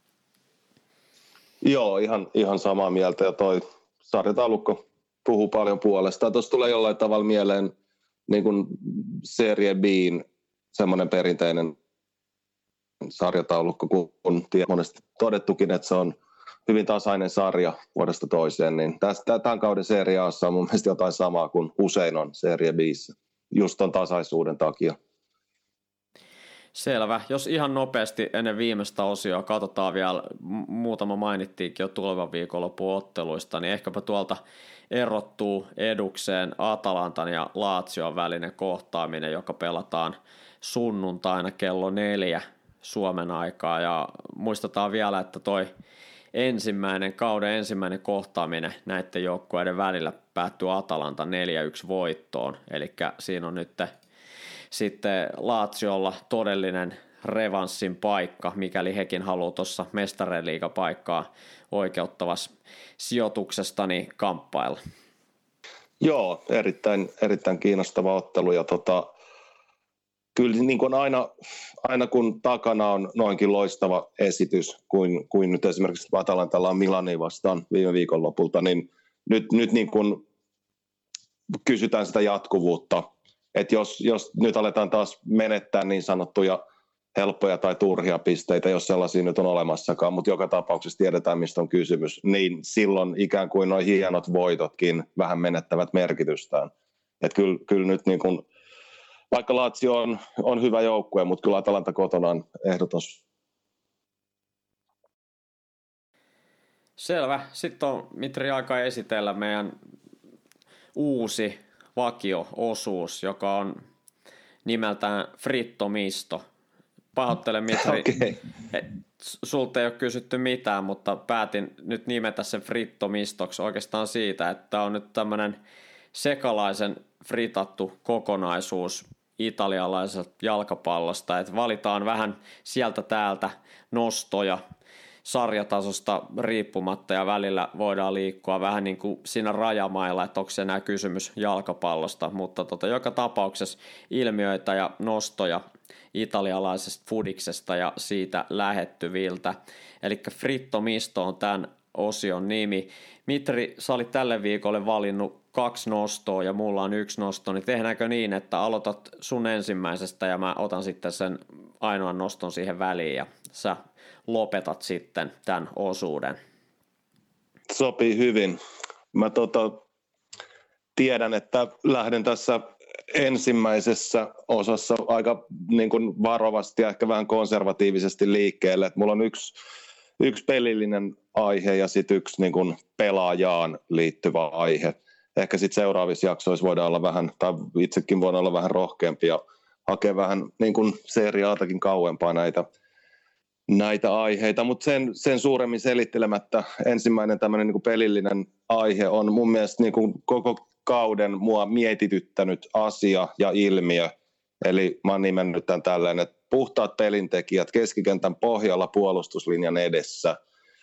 Joo, ihan samaa mieltä, ja toi sarjataulukko puhuu paljon puolestaan. Tuossa tulee jollain tavalla mieleen niin kuin Serie B:n semmoinen perinteinen sarjataulukko, kun on monesti todettukin, että se on hyvin tasainen sarja vuodesta toiseen, niin tämän kauden Serie A:ssa on mun mielestä jotain samaa kuin usein on Serie B:ssä, just ton tasaisuuden takia. Selvä. Jos ihan nopeasti ennen viimeistä osioa katsotaan vielä, muutama mainittiinkin jo tulevan viikonlopun otteluista, niin ehkäpä tuolta erottuu edukseen Atalantan ja Lazion välinen kohtaaminen, joka pelataan sunnuntaina kello 4 Suomen aikaa, ja muistetaan vielä, että toi kauden ensimmäinen kohtaaminen näiden joukkueiden välillä päättyi Atalanta 4-1 voittoon, eli siinä on nyt sitten Laziolla todellinen revanssin paikka, mikäli hekin haluaa tuossa mestariliigapaikkaa oikeuttavassa sijoituksesta niin kamppailla. Joo, erittäin kiinnostava ottelu, ja kyllä niin kuin aina kun takana on noinkin loistava esitys kuin nyt esimerkiksi Atalantalla on Milania vastaan viime viikonlopulta, niin nyt niin kuin kysytään sitä jatkuvuutta, että jos nyt aletaan taas menettää niin sanottuja helppoja tai turhia pisteitä, jos sellaisia nyt on olemassakaan, mutta joka tapauksessa tiedetään, mistä on kysymys, niin silloin ikään kuin nuo hienot voitotkin vähän menettävät merkitystään. Että kyllä nyt niin kuin, vaikka Lazio on hyvä joukkue, mutta kyllä Atalanta kotona on ehdotus. Selvä. Sitten on Mitri aika esitellä meidän uusi vakio-osuus, joka on nimeltään Fritto Misto. Pahoittelen Mitri, Okay. Sulta ei ole kysytty mitään, mutta päätin nyt nimetä sen Fritto Mistoksi oikeastaan siitä, että on nyt tämmöinen sekalaisen fritattu kokonaisuus italialaisesta jalkapallosta, että valitaan vähän sieltä täältä nostoja sarjatasosta riippumatta ja välillä voidaan liikkua vähän niin kuin siinä rajamailla, että onko se enää kysymys jalkapallosta, mutta joka tapauksessa ilmiöitä ja nostoja italialaisesta fudiksesta ja siitä lähettyviltä. Eli Fritto Misto on tämän osion nimi. Mitri, sä olit tälle viikolle valinnut 2 nostoa ja mulla on 1 nosto, niin tehdäänkö niin, että aloitat sun ensimmäisestä ja mä otan sitten sen ainoan noston siihen väliin ja sä lopetat sitten tämän osuuden. Sopii hyvin. Mä tiedän, että lähden tässä ensimmäisessä osassa aika niin kuin varovasti ja ehkä vähän konservatiivisesti liikkeelle. Että mulla on yksi pelillinen aihe ja sitten yksi niin kuin pelaajaan liittyvä aihe. Ehkä sitten seuraavissa jaksoissa voidaan olla vähän, tai itsekin voidaan olla vähän rohkeampi ja hakea vähän niin kuin seriaatakin kauempaa näitä aiheita, mutta sen suuremmin selittelemättä ensimmäinen tämmöinen niin kuin pelillinen aihe on mun mielestä niin kuin koko kauden mua mietityttänyt asia ja ilmiö. Eli mä oon nimennyt tämän tällainen, että puhtaat pelintekijät keskikentän pohjalla puolustuslinjan edessä.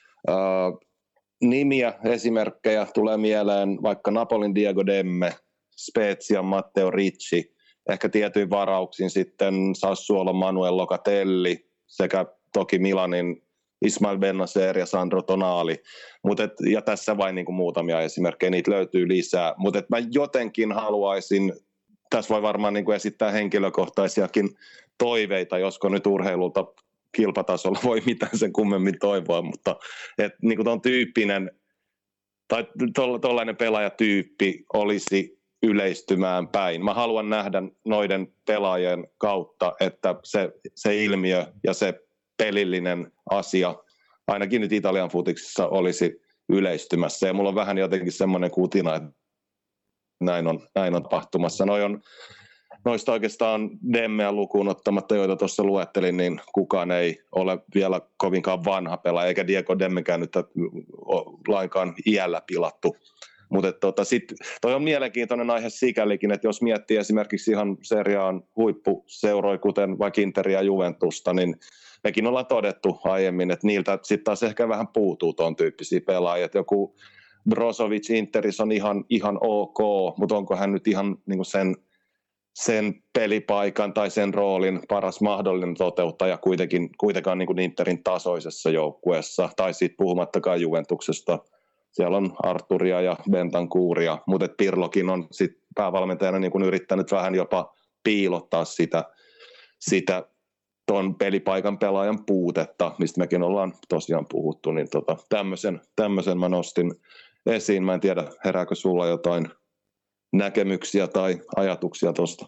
Nimiä, esimerkkejä tulee mieleen vaikka Napolin Diego Demme, Spezian Matteo Ricci, ehkä tietyin varauksin sitten Sassuolon Manuel Locatelli sekä toki Milanin Ismail Bennacer ja Sandro Tonali, ja tässä vain niin kuin muutamia esimerkkejä, niitä löytyy lisää, mutta mä jotenkin haluaisin, tässä voi varmaan niin kuin esittää henkilökohtaisiakin toiveita, josko nyt urheilulta kilpatasolla voi mitään sen kummemmin toivoa, mutta että niin kuin ton tyyppinen, tai tollainen pelaajatyyppi olisi yleistymään päin. Mä haluan nähdä noiden pelaajien kautta, että se ilmiö ja se pelillinen asia, ainakin nyt Italian futiksessa olisi yleistymässä. Ja mulla on vähän jotenkin semmoinen kutina, että näin on tapahtumassa. Noista oikeastaan Demmeä lukuun ottamatta, joita tuossa luettelin, niin kukaan ei ole vielä kovinkaan vanha pelaaja, eikä Diego Demmekään nyt lainkaan iällä pilattu. Mutta sitten toi on mielenkiintoinen aihe sikälikin, että jos miettii esimerkiksi ihan seriaan huippuseuroja, kuten vaikka Inter ja Juventusta, niin mekin ollaan todettu aiemmin, että niiltä sitten taas ehkä vähän puutuu tuon tyyppisiä pelaajia. Että joku Brozovic Interis on ihan ok, mutta onko hän nyt ihan niin kuin sen pelipaikan tai sen roolin paras mahdollinen toteuttaja kuitenkaan niin kuin Interin tasoisessa joukkueessa, tai sitten puhumattakaan Juventuksesta. Siellä on Arturia ja Bentancouria, mutta Pirlokin on sit päävalmentajana niin kuin yrittänyt vähän jopa piilottaa sitä ton pelipaikan pelaajan puutetta, mistä mekin ollaan tosiaan puhuttu, niin tämmöisen mä nostin esiin. Mä en tiedä, herääkö sulla jotain näkemyksiä tai ajatuksia tuosta?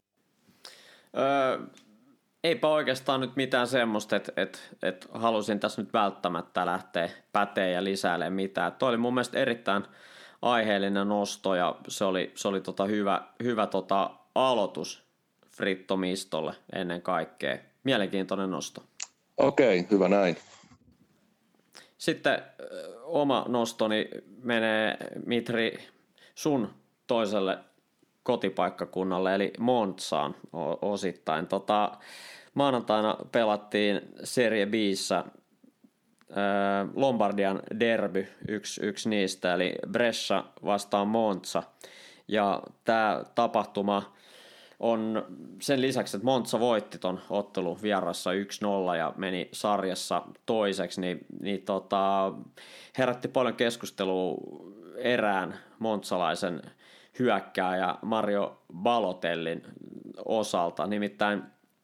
Eipä oikeastaan nyt mitään semmoista, että halusin tässä nyt välttämättä lähteä päteen ja lisäilemään mitään. Tuo oli mun mielestä erittäin aiheellinen nosto ja se oli hyvä aloitus Fritto Mistolle ennen kaikkea. Mielenkiintoinen nosto. Okei, hyvä näin. Sitten oma nostoni menee, Mitri, sun toiselle kotipaikkakunnalle, eli Monzaan osittain. Maanantaina pelattiin Serie B:ssä Lombardian derby, yksi niistä, eli Brescia vastaan Monza. Ja tämä tapahtuma on sen lisäksi, että Monza voitti ton ottelun vierassa 1-0 ja meni sarjassa toiseksi, niin herätti paljon keskustelua erään monzalaisen hyökkääjä Mario Balotellin osalta. Nimittäin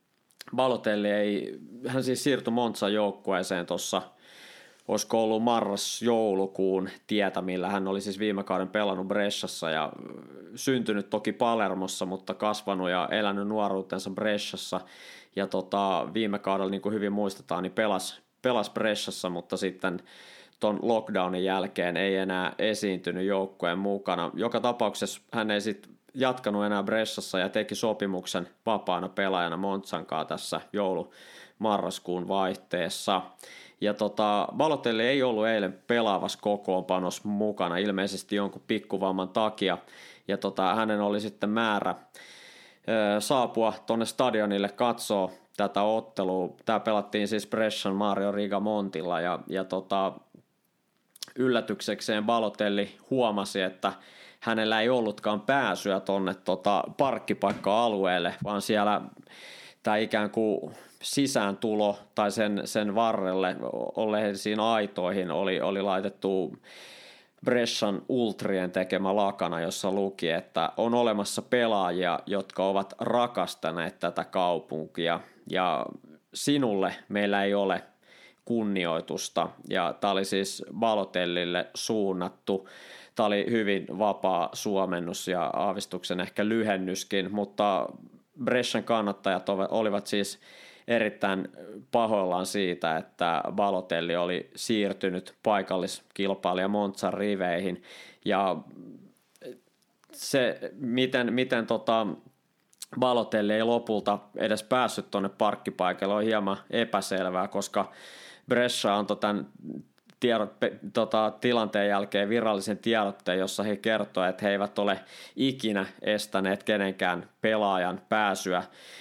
hän siis siirtyi Monzan joukkueeseen tuossa, olisiko ollut marras-joulukuun tietämillä. Hän oli siis viime kauden pelannut Bresciassa ja syntynyt toki Palermossa, mutta kasvanut ja elänyt nuoruutensa Bresciassa. Ja viime kaudella, niin kuin hyvin muistetaan, niin pelasi Bresciassa, mutta sitten ton lockdownin jälkeen ei enää esiintynyt joukkueen mukana. Joka tapauksessa hän ei sitten jatkanut enää Bresciassa ja teki sopimuksen vapaana pelaajana Monzan kanssa tässä joulu-marraskuun vaihteessa. Ja Balotelli ei ollut eilen pelaavassa kokoonpanossa mukana, ilmeisesti jonkun pikkuvamman takia. Ja hänen oli sitten määrä saapua tuonne stadionille katsoo tätä ottelua. Tämä pelattiin siis Brescian Mario Rigamontilla ja yllätyksekseen Balotelli huomasi, että hänellä ei ollutkaan pääsyä tuonne parkkipaikka-alueelle, vaan siellä tämä ikään kuin sisääntulo tai sen varrelle olleisiin aitoihin oli laitettu Brescian ultrien tekemä lakana, jossa luki, että on olemassa pelaajia, jotka ovat rakastaneet tätä kaupunkia ja sinulle meillä ei ole kunnioitusta. Ja tämä oli siis Balotellille suunnattu. Tämä oli hyvin vapaa suomennus ja aavistuksen ehkä lyhennyskin, mutta Brescian kannattajat olivat siis erittäin pahoillaan siitä, että Balotelli oli siirtynyt paikalliskilpailija Monzan riveihin. Ja se, miten Balotelli ei lopulta edes päässyt tuonne parkkipaikalle, on hieman epäselvää, koska Brescia antoi tämän tilanteen jälkeen virallisen tiedotteen, jossa he kertovat, että he eivät ole ikinä estäneet kenenkään pelaajan pääsyä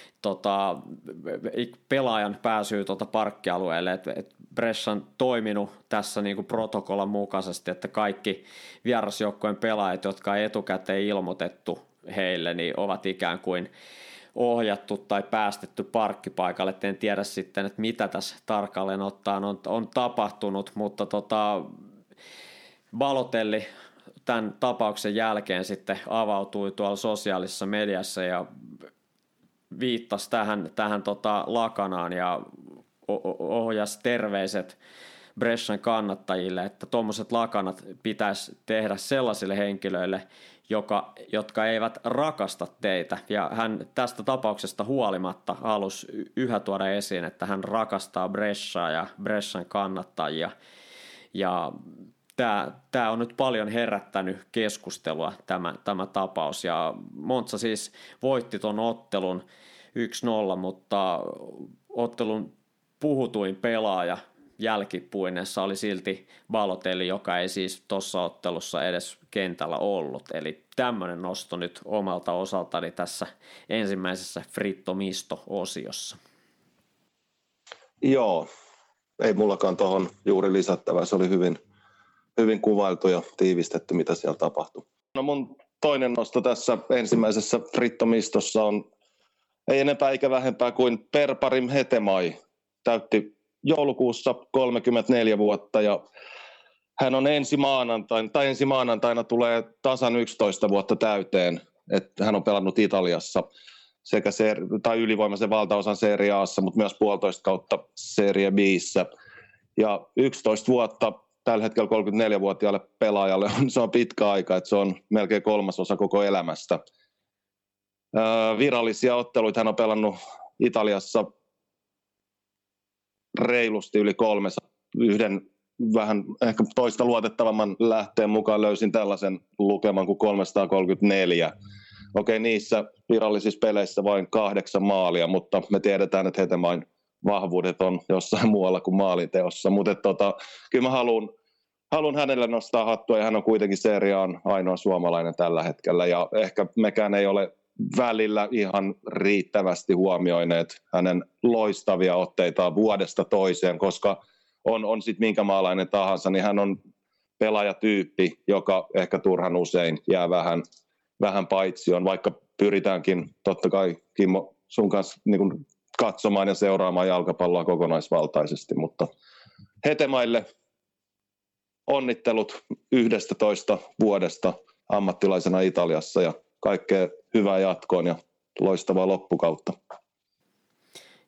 parkkialueelle, että Brescia on toiminut tässä niin kuin protokollan mukaisesti, että kaikki vierasjoukkojen pelaajat, jotka ei etukäteen ilmoitettu heille, niin ovat ikään kuin ohjattu tai päästetty parkkipaikalle. Et en tiedä sitten, että mitä tässä tarkalleen ottaen on tapahtunut, mutta Balotelli tämän tapauksen jälkeen sitten avautui tuolla sosiaalisessa mediassa ja viittasi tähän lakanaan ja ohjasi terveiset Brescian kannattajille, että tuommoiset lakanat pitäisi tehdä sellaisille henkilöille, jotka eivät rakasta teitä. Ja hän tästä tapauksesta huolimatta halusi yhä tuoda esiin, että hän rakastaa Bresciaa ja Brescian kannattajia. Ja tämä on nyt paljon herättänyt keskustelua tämä tapaus. Ja Monza siis voitti ton ottelun 1-0, mutta ottelun puhutuin pelaaja jälkipuineessa oli silti Balotelli, joka ei siis tuossa ottelussa edes kentällä ollut. Eli tämmöinen nosto nyt omalta osaltani tässä ensimmäisessä Fritto Misto-osiossa. Joo, ei mullakaan tuohon juuri lisättävää. Se oli hyvin kuvailtu ja tiivistetty, mitä siellä tapahtui. No mun toinen nosto tässä ensimmäisessä Fritto Mistossa on ei enempää eikä vähempää kuin Perparim Hetemai. Täytti joulukuussa 34 vuotta ja hän on ensi maanantaina tulee tasan 11 vuotta täyteen, että hän on pelannut Italiassa sekä ylivoimaisen valtaosan Serie A:ssa, mutta myös 1,5 kautta Serie B:ssä. Ja 11 vuotta tällä hetkellä 34-vuotiaalle pelaajalle se on pitkä aika, että se on melkein 1/3 koko elämästä. Virallisia otteluita hän on pelannut Italiassa reilusti yli 300. Yhden vähän ehkä toista luotettavamman lähteen mukaan löysin tällaisen lukeman kuin 334. Okei, niissä virallisissa peleissä vain 8 maalia, mutta me tiedetään, että Hetemain vahvuudet on jossain muualla kuin maalinteossa. Mutta kyllä mä haluan hänelle nostaa hattua, ja hän on kuitenkin Serie A:n ainoa suomalainen tällä hetkellä. Ja ehkä mekään ei ole välillä ihan riittävästi huomioineet hänen loistavia otteitaan vuodesta toiseen, koska on sitten minkä maalainen tahansa, niin hän on pelaajatyyppi, joka ehkä turhan usein jää vähän paitsioon, vaikka pyritäänkin totta kai Kimmo sun kanssa niin kuin katsomaan ja seuraamaan jalkapalloa kokonaisvaltaisesti, mutta Hetemaille onnittelut 11 vuodesta ammattilaisena Italiassa ja kaikkea hyvää jatkoon ja loistavaa loppukautta.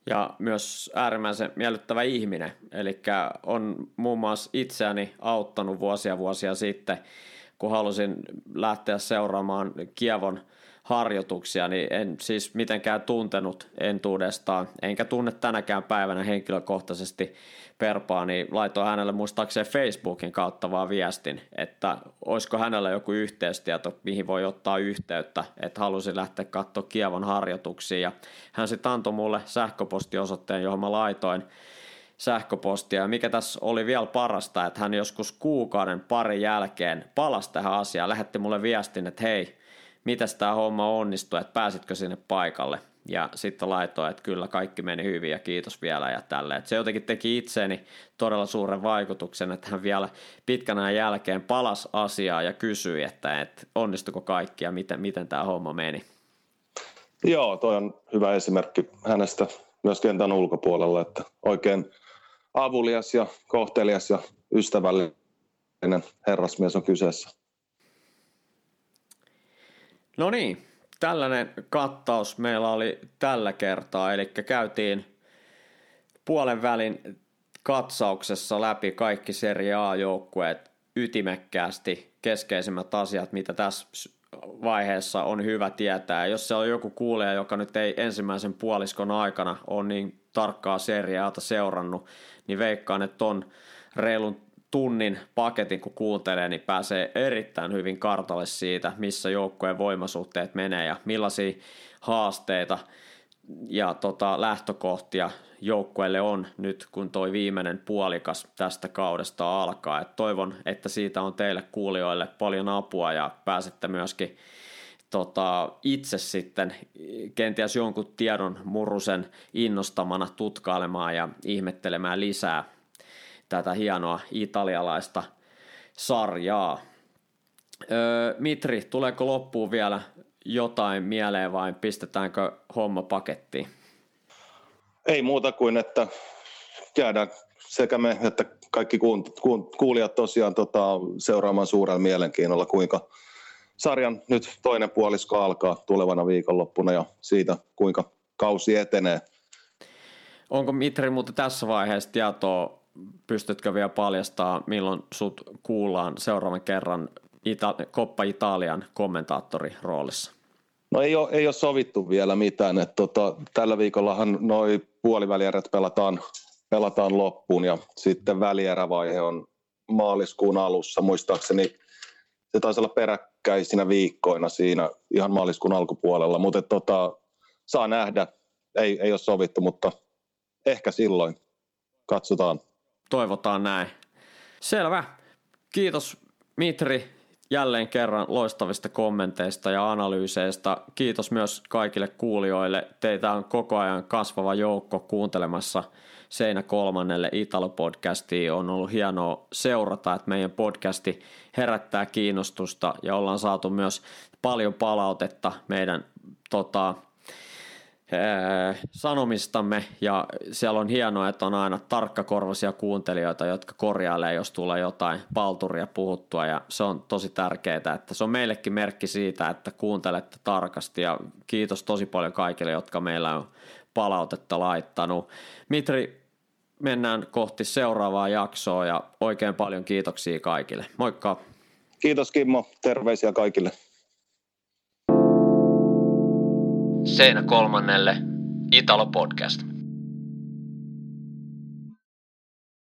ja myös äärimmäisen miellyttävä ihminen. Eli on muun muassa itseäni auttanut vuosia sitten, kun halusin lähteä seuraamaan Kievon harjoituksia, niin en siis mitenkään tuntenut entuudestaan, enkä tunne tänäkään päivänä henkilökohtaisesti Perpaa, niin laitoin hänelle muistaakseni Facebookin kautta vaan viestin, että olisiko hänellä joku yhteystieto, mihin voi ottaa yhteyttä, että halusin lähteä katsoa Kievon harjoituksia, ja hän sitten antoi mulle sähköpostiosoitteen, johon mä laitoin sähköpostia, ja mikä tässä oli vielä parasta, että hän joskus kuukauden parin jälkeen palasi tähän asiaan, lähetti mulle viestin, että hei, mitäs tämä homma onnistui, että pääsitkö sinne paikalle, ja sitten laitoin, että kyllä kaikki meni hyvin ja kiitos vielä ja tälleen. Se jotenkin teki itseeni todella suuren vaikutuksen, että hän vielä pitkän ajan jälkeen palasi asiaan ja kysyi, että onnistuiko kaikki ja miten tämä homma meni. Joo, toi on hyvä esimerkki hänestä myös kentän ulkopuolella, että oikein avulias ja kohtelias ja ystävällinen herrasmies on kyseessä. No niin, tällainen kattaus meillä oli tällä kertaa, eli käytiin puolen välin katsauksessa läpi kaikki Serie A-joukkueet ytimekkäästi, keskeisimmät asiat, mitä tässä vaiheessa on hyvä tietää. Jos se on joku kuulija, joka nyt ei ensimmäisen puoliskon aikana ole niin tarkkaa Serie A:ta seurannut, niin veikkaan, että on reilun tunnin paketin, kun kuuntelee, niin pääsee erittäin hyvin kartalle siitä, missä joukkueen voimasuhteet menee ja millaisia haasteita ja lähtökohtia joukkueelle on nyt, kun toi viimeinen puolikas tästä kaudesta alkaa. Et toivon, että siitä on teille kuulijoille paljon apua ja pääsette myöskin itse sitten kenties jonkun tiedon murusen innostamana tutkailemaan ja ihmettelemään lisää tätä hienoa italialaista sarjaa. Mitri, tuleeko loppuun vielä jotain mieleen vai pistetäänkö homma pakettiin? Ei muuta kuin, että jäädään sekä me että kaikki kuulijat tosiaan seuraamaan suurella mielenkiinnolla, kuinka sarjan nyt toinen puolisko alkaa tulevana viikonloppuna ja siitä, kuinka kausi etenee. Onko Mitri muuten tässä vaiheessa tietoa, pystytkö vielä paljastamaan, milloin sut kuullaan seuraavan kerran Coppa Italian kommentaattoriroolissa? No ei ole sovittu vielä mitään. Tällä viikollahan noi puolivälierät pelataan loppuun ja sitten välierävaihe on maaliskuun alussa. Muistaakseni se taisi olla peräkkäisinä viikkoina siinä ihan maaliskuun alkupuolella, mutta saa nähdä. Ei ole sovittu, mutta ehkä silloin. Katsotaan. Toivotaan näin. Selvä. Kiitos Mitri jälleen kerran loistavista kommenteista ja analyyseistä. Kiitos myös kaikille kuulijoille. Teitä on koko ajan kasvava joukko kuuntelemassa Seinä kolmannelle Italo-podcastiin. On ollut hienoa seurata, että meidän podcasti herättää kiinnostusta ja ollaan saatu myös paljon palautetta meidän sanomistamme ja siellä on hienoa, että on aina tarkkakorvaisia kuuntelijoita, jotka korjailee, jos tulee jotain palturia puhuttua ja se on tosi tärkeää, että se on meillekin merkki siitä, että kuuntelette tarkasti ja kiitos tosi paljon kaikille, jotka meillä on palautetta laittanut. Mitri, mennään kohti seuraavaa jaksoa ja oikein paljon kiitoksia kaikille. Moikka! Kiitos Kimmo, terveisiä kaikille. Seinä kolmannelle Italo-podcast.